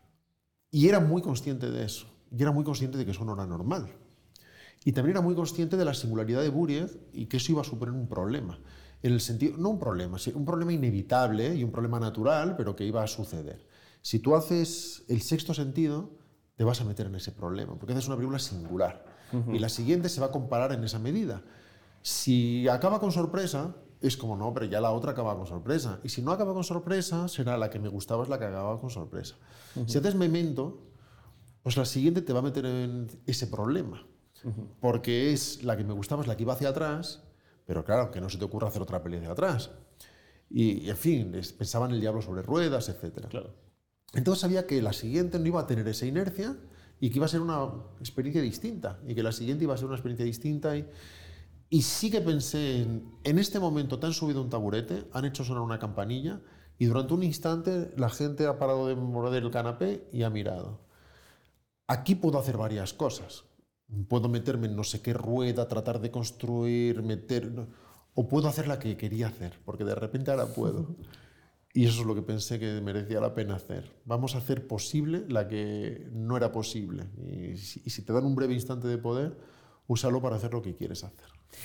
Y era muy consciente de eso. Y era muy consciente de que eso no era normal. Y también era muy consciente de la singularidad de Buried y que eso iba a suponer un problema. En el sentido, no un problema, un problema inevitable y un problema natural, pero que iba a suceder. Si tú haces El Sexto Sentido, te vas a meter en ese problema, porque haces una película singular. Y la siguiente se va a comparar en esa medida. Si acaba con sorpresa, es como, no, pero ya la otra acaba con sorpresa. Y si no acaba con sorpresa, será la que me gustaba, es la que acababa con sorpresa. Si haces Memento, pues la siguiente te va a meter en ese problema. Porque es la que me gustaba, es la que iba hacia atrás, pero claro, que no se te ocurra hacer otra peli hacia atrás. Y en fin, pensaba en El Diablo sobre ruedas, etc. Claro. Entonces sabía que la siguiente no iba a tener esa inercia y que iba a ser una experiencia distinta, y que la siguiente iba a ser una experiencia distinta. Y sí que pensé en este momento te han subido un taburete, han hecho sonar una campanilla y durante un instante la gente ha parado de morder el canapé y ha mirado. Aquí puedo hacer varias cosas. Puedo meterme en no sé qué rueda, tratar de construir, o puedo hacer la que quería hacer, porque de repente ahora puedo. Y eso es lo que pensé que merecía la pena hacer. Vamos a hacer posible la que no era posible. Y si te dan un breve instante de poder, úsalo para hacer lo que quieres hacer.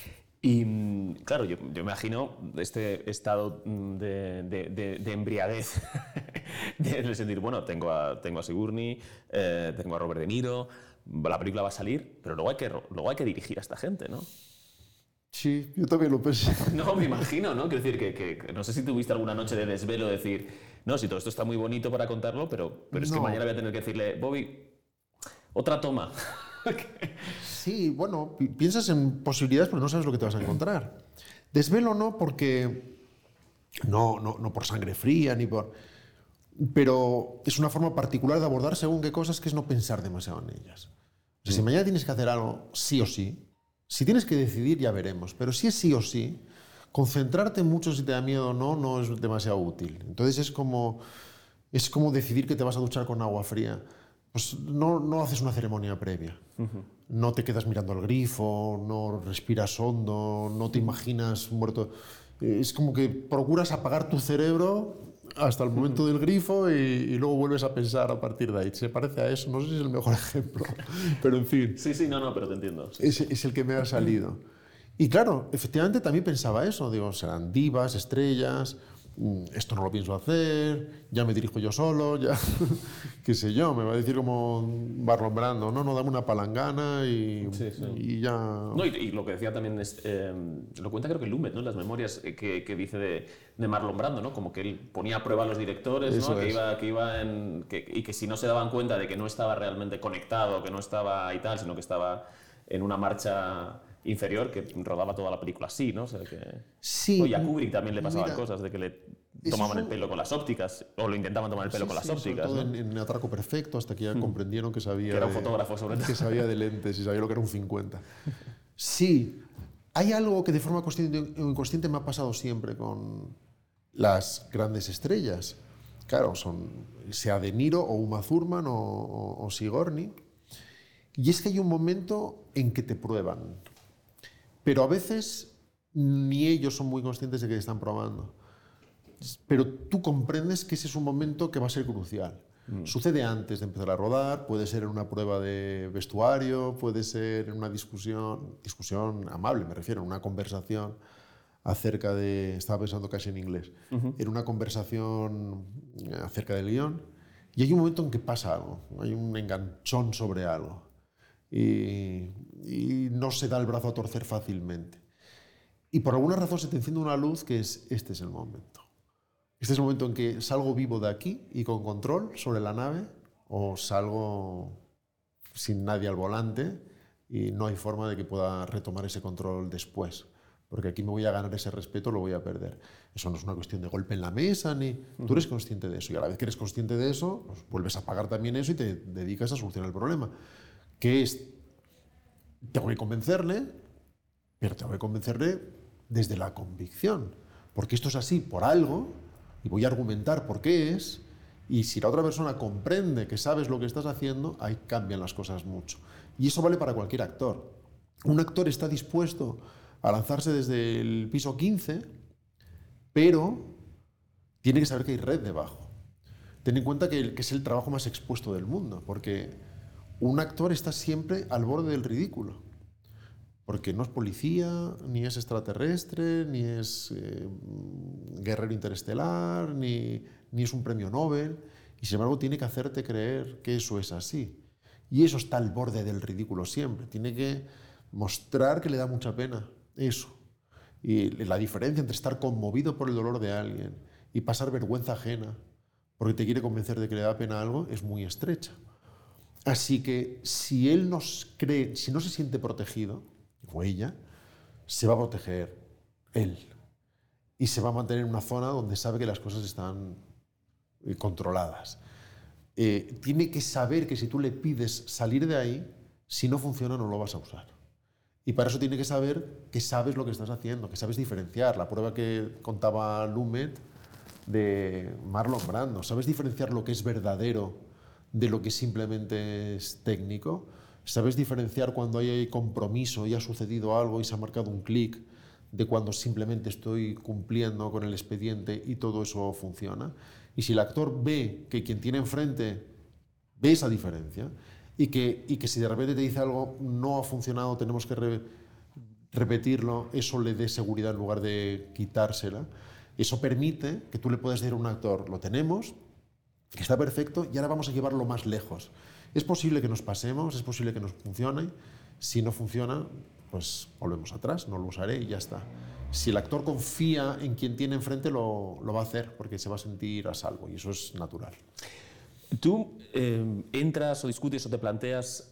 Y claro, yo me imagino este estado de embriaguez, de sentir, bueno, tengo a Sigourney, tengo a Robert De Niro, la película va a salir, pero luego hay que dirigir a esta gente, ¿no? Sí, yo también lo pensé. No, me imagino, ¿no? Quiero decir que no sé si tuviste alguna noche de desvelo, decir, no, si todo esto está muy bonito para contarlo, pero es que mañana voy a tener que decirle, Bobby, otra toma. Sí, bueno, piensas en posibilidades pero no sabes lo que te vas a encontrar. Desvelo no porque... No por sangre fría ni por... Pero es una forma particular de abordar según qué cosas que es no pensar demasiado en ellas. O sea, si mañana tienes que hacer algo sí o sí, si tienes que decidir ya veremos, pero si es sí o sí, concentrarte mucho si te da miedo o no es demasiado útil. Entonces es como decidir que te vas a duchar con agua fría. Pues no haces una ceremonia previa. No te quedas mirando al grifo, no respiras hondo, no te imaginas muerto. Es como que procuras apagar tu cerebro hasta el momento del grifo y luego vuelves a pensar a partir de ahí. Se parece a eso, no sé si es el mejor ejemplo, pero en fin. Sí, no, pero te entiendo. Sí. Es el que me ha salido. Y claro, efectivamente también pensaba eso. Digo, serán divas, estrellas... Esto no lo pienso hacer, ya me dirijo yo solo, ya, qué sé yo, me va a decir como Marlon Brando, no, dame una palangana y ya... No, y lo que decía también es, lo cuenta creo que Lumet, ¿no? Las memorias que dice de Marlon Brando, ¿no? Como que él ponía a prueba a los directores, ¿no? Y que si no se daban cuenta de que no estaba realmente conectado, que no estaba y tal, sino que estaba en una marcha inferior, que rodaba toda la película así, ¿no? O sea, que... Sí. Oye, a Kubrick también le pasaban cosas de que le tomaban el pelo con las ópticas, o lo intentaban tomar el pelo con las ópticas. Sobre todo ¿no? en Atraco Perfecto, hasta que ya comprendieron que sabía... Que era un fotógrafo, sobre todo. Que sabía de lentes y sabía lo que era un 50. Sí. Hay algo que de forma consciente o inconsciente me ha pasado siempre con las grandes estrellas. Claro, sea De Niro o Uma Thurman o Sigourney. Y es que hay un momento en que te prueban. Pero a veces ni ellos son muy conscientes de que están probando. Pero tú comprendes que ese es un momento que va a ser crucial. Sucede antes de empezar a rodar, puede ser en una prueba de vestuario, puede ser en una discusión amable, me refiero, en una conversación acerca de... Estaba pensando casi en inglés. Era una conversación acerca del guión y hay un momento en que pasa algo, hay un enganchón sobre algo y no se da el brazo a torcer fácilmente. Y por alguna razón se te enciende una luz que es, este es el momento. Este es el momento en que salgo vivo de aquí y con control sobre la nave, o salgo sin nadie al volante y no hay forma de que pueda retomar ese control después. Porque aquí me voy a ganar ese respeto, lo voy a perder. Eso no es una cuestión de golpe en la mesa, ni... Tú eres consciente de eso. Y a la vez que eres consciente de eso, pues vuelves a pagar también eso y te dedicas a solucionar el problema. Que es, tengo que convencerle, pero tengo que convencerle desde la convicción. Porque esto es así por algo, y voy a argumentar por qué es, y si la otra persona comprende que sabes lo que estás haciendo, ahí cambian las cosas mucho. Y eso vale para cualquier actor. Un actor está dispuesto a lanzarse desde el piso 15, pero tiene que saber que hay red debajo. Ten en cuenta que es el trabajo más expuesto del mundo, porque un actor está siempre al borde del ridículo. Porque no es policía, ni es extraterrestre, ni es guerrero interestelar, ni es un premio Nobel, y sin embargo tiene que hacerte creer que eso es así. Y eso está al borde del ridículo siempre. Tiene que mostrar que le da mucha pena eso. Y la diferencia entre estar conmovido por el dolor de alguien y pasar vergüenza ajena porque te quiere convencer de que le da pena algo es muy estrecha. Así que si él cree, si no se siente protegido, o ella, se va a proteger él. Y se va a mantener en una zona donde sabe que las cosas están controladas. Tiene que saber que si tú le pides salir de ahí, si no funciona no lo vas a usar. Y para eso tiene que saber que sabes lo que estás haciendo, que sabes diferenciar. La prueba que contaba Lumet de Marlon Brando. ¿Sabes diferenciar lo que es verdadero de lo que simplemente es técnico? ¿Sabes diferenciar cuando hay compromiso y ha sucedido algo y se ha marcado un clic de cuando simplemente estoy cumpliendo con el expediente y todo eso funciona? Y si el actor ve que quien tiene enfrente ve esa diferencia y que si de repente te dice algo no ha funcionado, tenemos que repetirlo, eso le dé seguridad en lugar de quitársela. Eso permite que tú le puedas decir a un actor, lo tenemos, que está perfecto y ahora vamos a llevarlo más lejos. Es posible que nos pasemos, es posible que nos funcione. Si no funciona, pues volvemos atrás, no lo usaré y ya está. Si el actor confía en quien tiene enfrente, lo va a hacer porque se va a sentir a salvo y eso es natural. ¿Tú entras o discutes o te planteas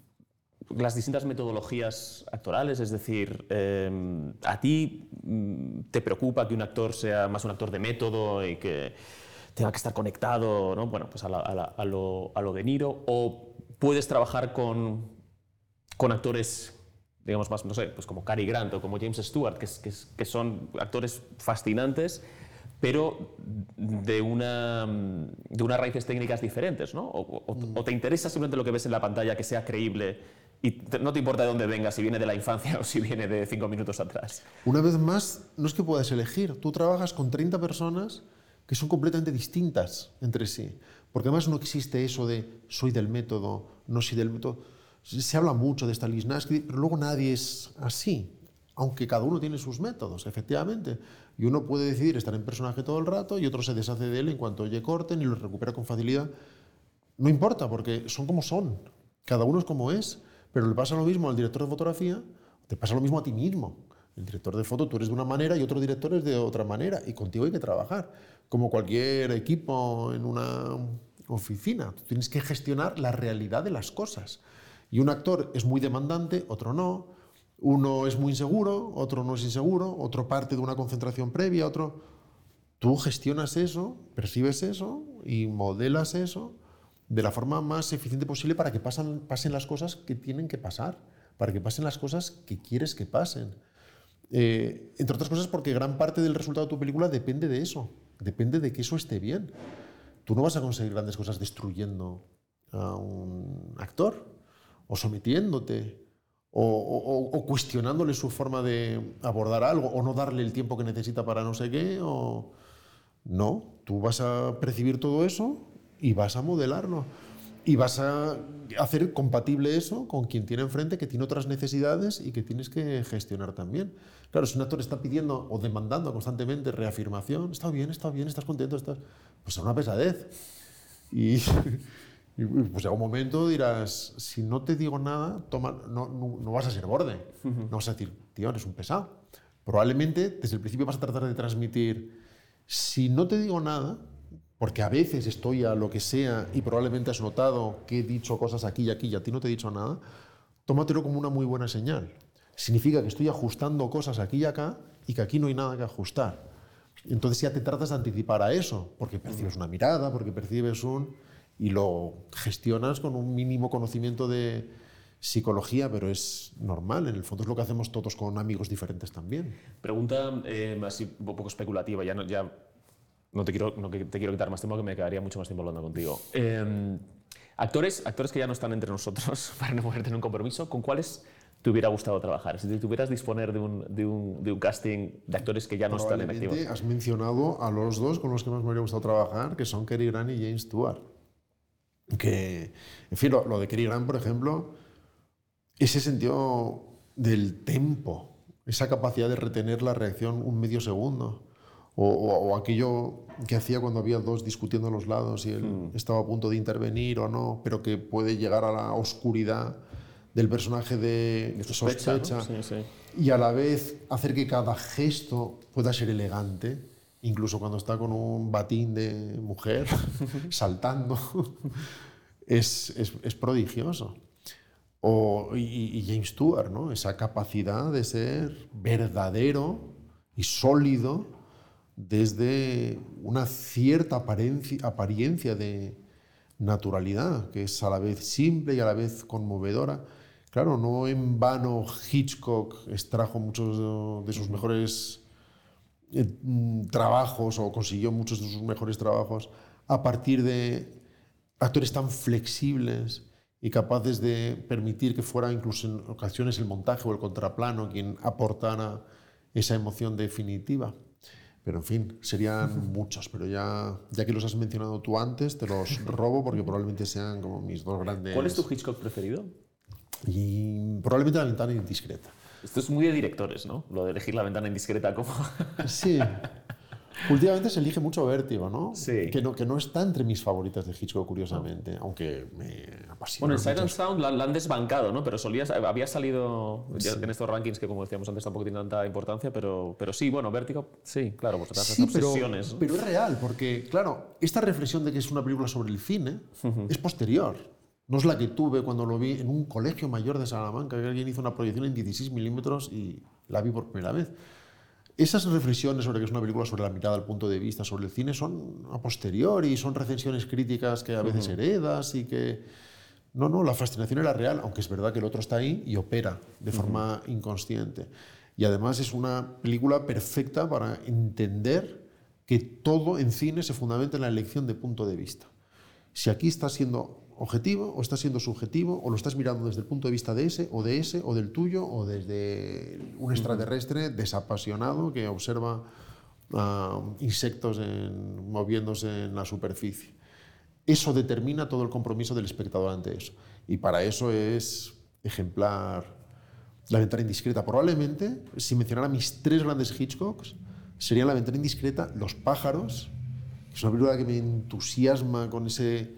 las distintas metodologías actorales? Es decir, ¿a ti te preocupa que un actor sea más un actor de método y que tenga que estar conectado, ¿no? Bueno, pues a lo De Niro? ¿O puedes trabajar con actores, digamos, más, no sé, pues como Cary Grant o como James Stewart, que son actores fascinantes, pero de unas raíces técnicas diferentes, ¿no? ¿O te interesa simplemente lo que ves en la pantalla, que sea creíble y no te importa de dónde venga, si viene de la infancia o si viene de 5 minutos atrás? Una vez más, no es que puedas elegir. Tú trabajas con 30 personas que son completamente distintas entre sí. Porque además no existe eso de soy del método, no soy del método. Se habla mucho de Stanislavski, pero luego nadie es así. Aunque cada uno tiene sus métodos, efectivamente. Y uno puede decidir estar en personaje todo el rato y otro se deshace de él en cuanto oye corten y lo recupera con facilidad. No importa, porque son como son. Cada uno es como es. Pero le pasa lo mismo al director de fotografía, te pasa lo mismo a ti mismo. El director de foto, tú eres de una manera y otro director es de otra manera. Y contigo hay que trabajar. Como cualquier equipo en una oficina. Tú tienes que gestionar la realidad de las cosas. Y un actor es muy demandante, otro no. Uno es muy inseguro, otro no es inseguro, otro parte de una concentración previa, otro... Tú gestionas eso, percibes eso y modelas eso de la forma más eficiente posible para que pasen las cosas que tienen que pasar, para que pasen las cosas que quieres que pasen. Entre otras cosas porque gran parte del resultado de tu película depende de eso, depende de que eso esté bien. Tú no vas a conseguir grandes cosas destruyendo a un actor o sometiéndote o cuestionándole su forma de abordar algo o no darle el tiempo que necesita para no sé qué. No, tú vas a percibir todo eso y vas a modelarlo. Y vas a hacer compatible eso con quien tiene enfrente, que tiene otras necesidades y que tienes que gestionar también. Claro, si un actor está pidiendo o demandando constantemente reafirmación, está bien, estás contento, pues es una pesadez. Y pues llega un momento dirás, si no te digo nada, no vas a ser borde. No vas a decir, tío, eres un pesado. Probablemente desde el principio vas a tratar de transmitir, si no te digo nada, porque a veces estoy a lo que sea y probablemente has notado que he dicho cosas aquí y aquí y a ti no te he dicho nada, tómatelo como una muy buena señal. Significa que estoy ajustando cosas aquí y acá y que aquí no hay nada que ajustar. Entonces ya te tratas de anticipar a eso, porque percibes una mirada, porque percibes y lo gestionas con un mínimo conocimiento de psicología, pero es normal, en el fondo es lo que hacemos todos con amigos diferentes también. Pregunta así un poco especulativa, ya no te quiero quitar más tiempo, que me quedaría mucho más tiempo hablando contigo. Actores que ya no están entre nosotros para no ponerte en un compromiso, ¿con cuáles te hubiera gustado trabajar? Si tuvieras disponer de un casting de actores que ya no están en activo. Has mencionado a los dos con los que más me hubiera gustado trabajar, que son Cary Grant y James Stewart. Que, en fin, lo de Cary Grant, por ejemplo, ese sentido del tempo, esa capacidad de retener la reacción un medio segundo, o aquello que hacía cuando había dos discutiendo a los lados y él estaba a punto de intervenir o no, pero que puede llegar a la oscuridad del personaje de sospecha, ¿no? Sí. Y a la vez hacer que cada gesto pueda ser elegante, incluso cuando está con un batín de mujer saltando, es prodigioso. Y James Stewart, ¿no? Esa capacidad de ser verdadero y sólido desde una cierta apariencia de naturalidad, que es a la vez simple y a la vez conmovedora. Claro, no en vano Hitchcock extrajo muchos de sus mejores trabajos o consiguió muchos de sus mejores trabajos a partir de actores tan flexibles y capaces de permitir que fuera incluso en ocasiones el montaje o el contraplano quien aportara esa emoción definitiva. Pero en fin, serían muchos, pero ya que los has mencionado tú antes, te los robo porque probablemente sean como mis dos grandes... ¿Cuál es tu Hitchcock preferido? Y probablemente La ventana indiscreta. Esto es muy de directores, ¿no? Lo de elegir La ventana indiscreta como... Sí. Últimamente se elige mucho Vértigo, ¿no? Sí. Que no está entre mis favoritas de Hitchcock, curiosamente, aunque me apasiona. Bueno, en Sight and Sound la han desbancado, ¿no? Pero había salido Sí. en estos rankings que, como decíamos antes, tampoco tienen tanta importancia, pero sí, bueno, Vértigo, sí, claro, por tantas obsesiones, ¿no? Pero es real, porque, claro, esta reflexión de que es una película sobre el cine es posterior. No es la que tuve cuando lo vi en un colegio mayor de Salamanca, que alguien hizo una proyección en 16 milímetros y la vi por primera vez. Esas reflexiones sobre que es una película sobre la mirada, el punto de vista, sobre el cine, son a posteriori, son recensiones críticas que a veces heredas y que... No, la fascinación era real, aunque es verdad que el otro está ahí y opera de forma inconsciente. Y además es una película perfecta para entender que todo en cine se fundamenta en la elección de punto de vista. Si aquí estás siendo objetivo o estás siendo subjetivo o lo estás mirando desde el punto de vista de ese o del tuyo o desde un extraterrestre desapasionado que observa insectos moviéndose en la superficie. Eso determina todo el compromiso del espectador ante eso. Y para eso es ejemplar La ventana indiscreta. Probablemente, si mencionara mis tres grandes Hitchcocks, serían La ventana indiscreta, Los pájaros, que es una película que me entusiasma con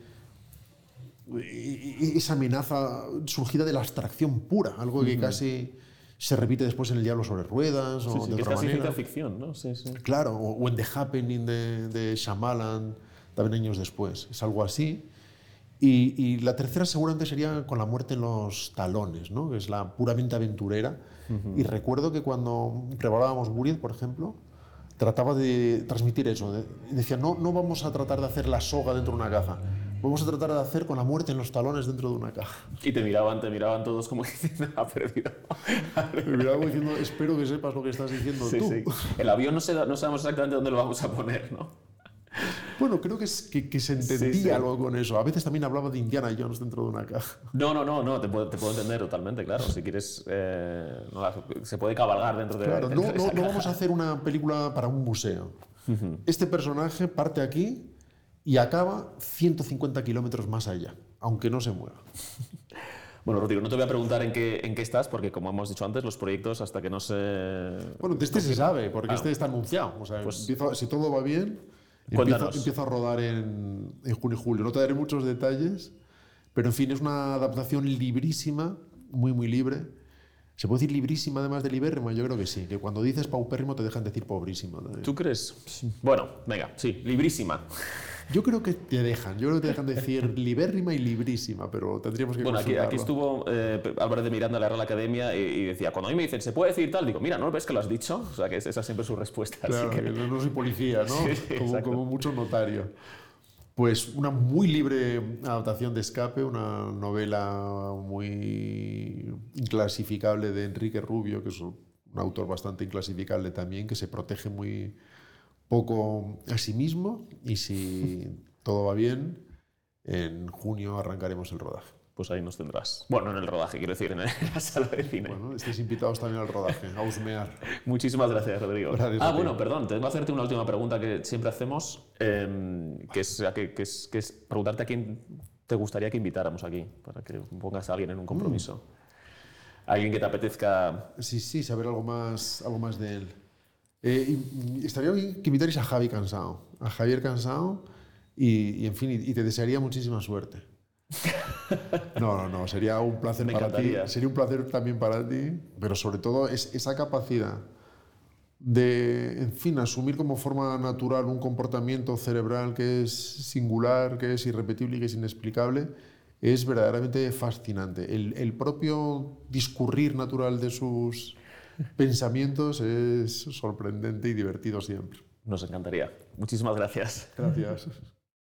esa amenaza surgida de la abstracción pura, algo que casi se repite después en El diablo sobre ruedas o de otra manera. Es casi ciencia ficción, ¿no? Sí. Claro, o en The Happening de Shyamalan, también años después. Es algo así. Y la tercera seguramente sería Con la muerte en los talones, ¿no? Que es la puramente aventurera. Y recuerdo que cuando preparábamos Buried, por ejemplo, trataba de transmitir eso. Decía, no vamos a tratar de hacer la soga dentro de una caja. Vamos a tratar de hacer Con la muerte en los talones dentro de una caja. Y te miraban todos como diciendo, ha perdido. Me miraban como diciendo, espero que sepas lo que estás diciendo tú. Sí. El avión no sabemos exactamente dónde lo vamos a poner, ¿no? Bueno, creo que se entendía algo con eso. A veces también hablaba de Indiana Jones dentro de una caja. No, te puedo entender totalmente, claro. Si quieres, se puede cabalgar dentro de... Claro, no vamos a hacer una película para un museo. Este personaje parte aquí y acaba 150 kilómetros más allá. aunque no se mueva. Bueno, Rodrigo, no te voy a preguntar en qué estás, porque como hemos dicho antes, los proyectos hasta que no se... Bueno, de este se sabe, porque este está anunciado. O sea, Pues- si todo va bien, Cuéntanos. empiezo a rodar en junio y julio. No te daré muchos detalles, pero en fin, es una adaptación librísima, muy, muy libre. ¿Se puede decir librísima además de libérrima? Yo creo que sí, que cuando dices paupérrimo te dejan decir pobrísima. ¿Tú crees? Bueno, venga, sí, librísima. Yo creo que te dejan decir libérrima y librísima, pero tendríamos que Bueno, aquí consultarlo. estuvo Álvarez de Miranda en la Real Academia y decía, cuando a mí me dicen, ¿se puede decir tal? Digo, mira, ¿no ves que lo has dicho? O sea, que esa es siempre su respuesta. Claro, así que... que no soy policía, ¿no? Sí, exacto. como mucho notario. Pues una muy libre adaptación de Escape, una novela muy inclasificable de Enrique Rubio, que es un autor bastante inclasificable también, que se protege muy poco a sí mismo, y si todo va bien, en junio arrancaremos el rodaje. Pues ahí nos tendrás. Bueno, en el rodaje, quiero decir, en la sala de cine. Bueno, estáis invitados también al rodaje, a husmear. Muchísimas gracias, Rodrigo. Gracias a ti. Bueno, perdón, tengo que hacerte una última pregunta que siempre hacemos, que es preguntarte a quién te gustaría que invitáramos aquí, para que pongas a alguien en un compromiso. Alguien que te apetezca... Sí, saber algo más de él. Y estaría bien que invitarais a Javi Cansao, a Javier Cansao, en fin, y te desearía muchísima suerte. No, sería un placer Me para ti. encantaría. Sería un placer también para ti, pero sobre todo esa capacidad de, en fin, asumir como forma natural un comportamiento cerebral que es singular, que es irrepetible y que es inexplicable, es verdaderamente fascinante. El propio discurrir natural de sus pensamientos es sorprendente y divertido siempre. Nos encantaría. Muchísimas gracias. Gracias.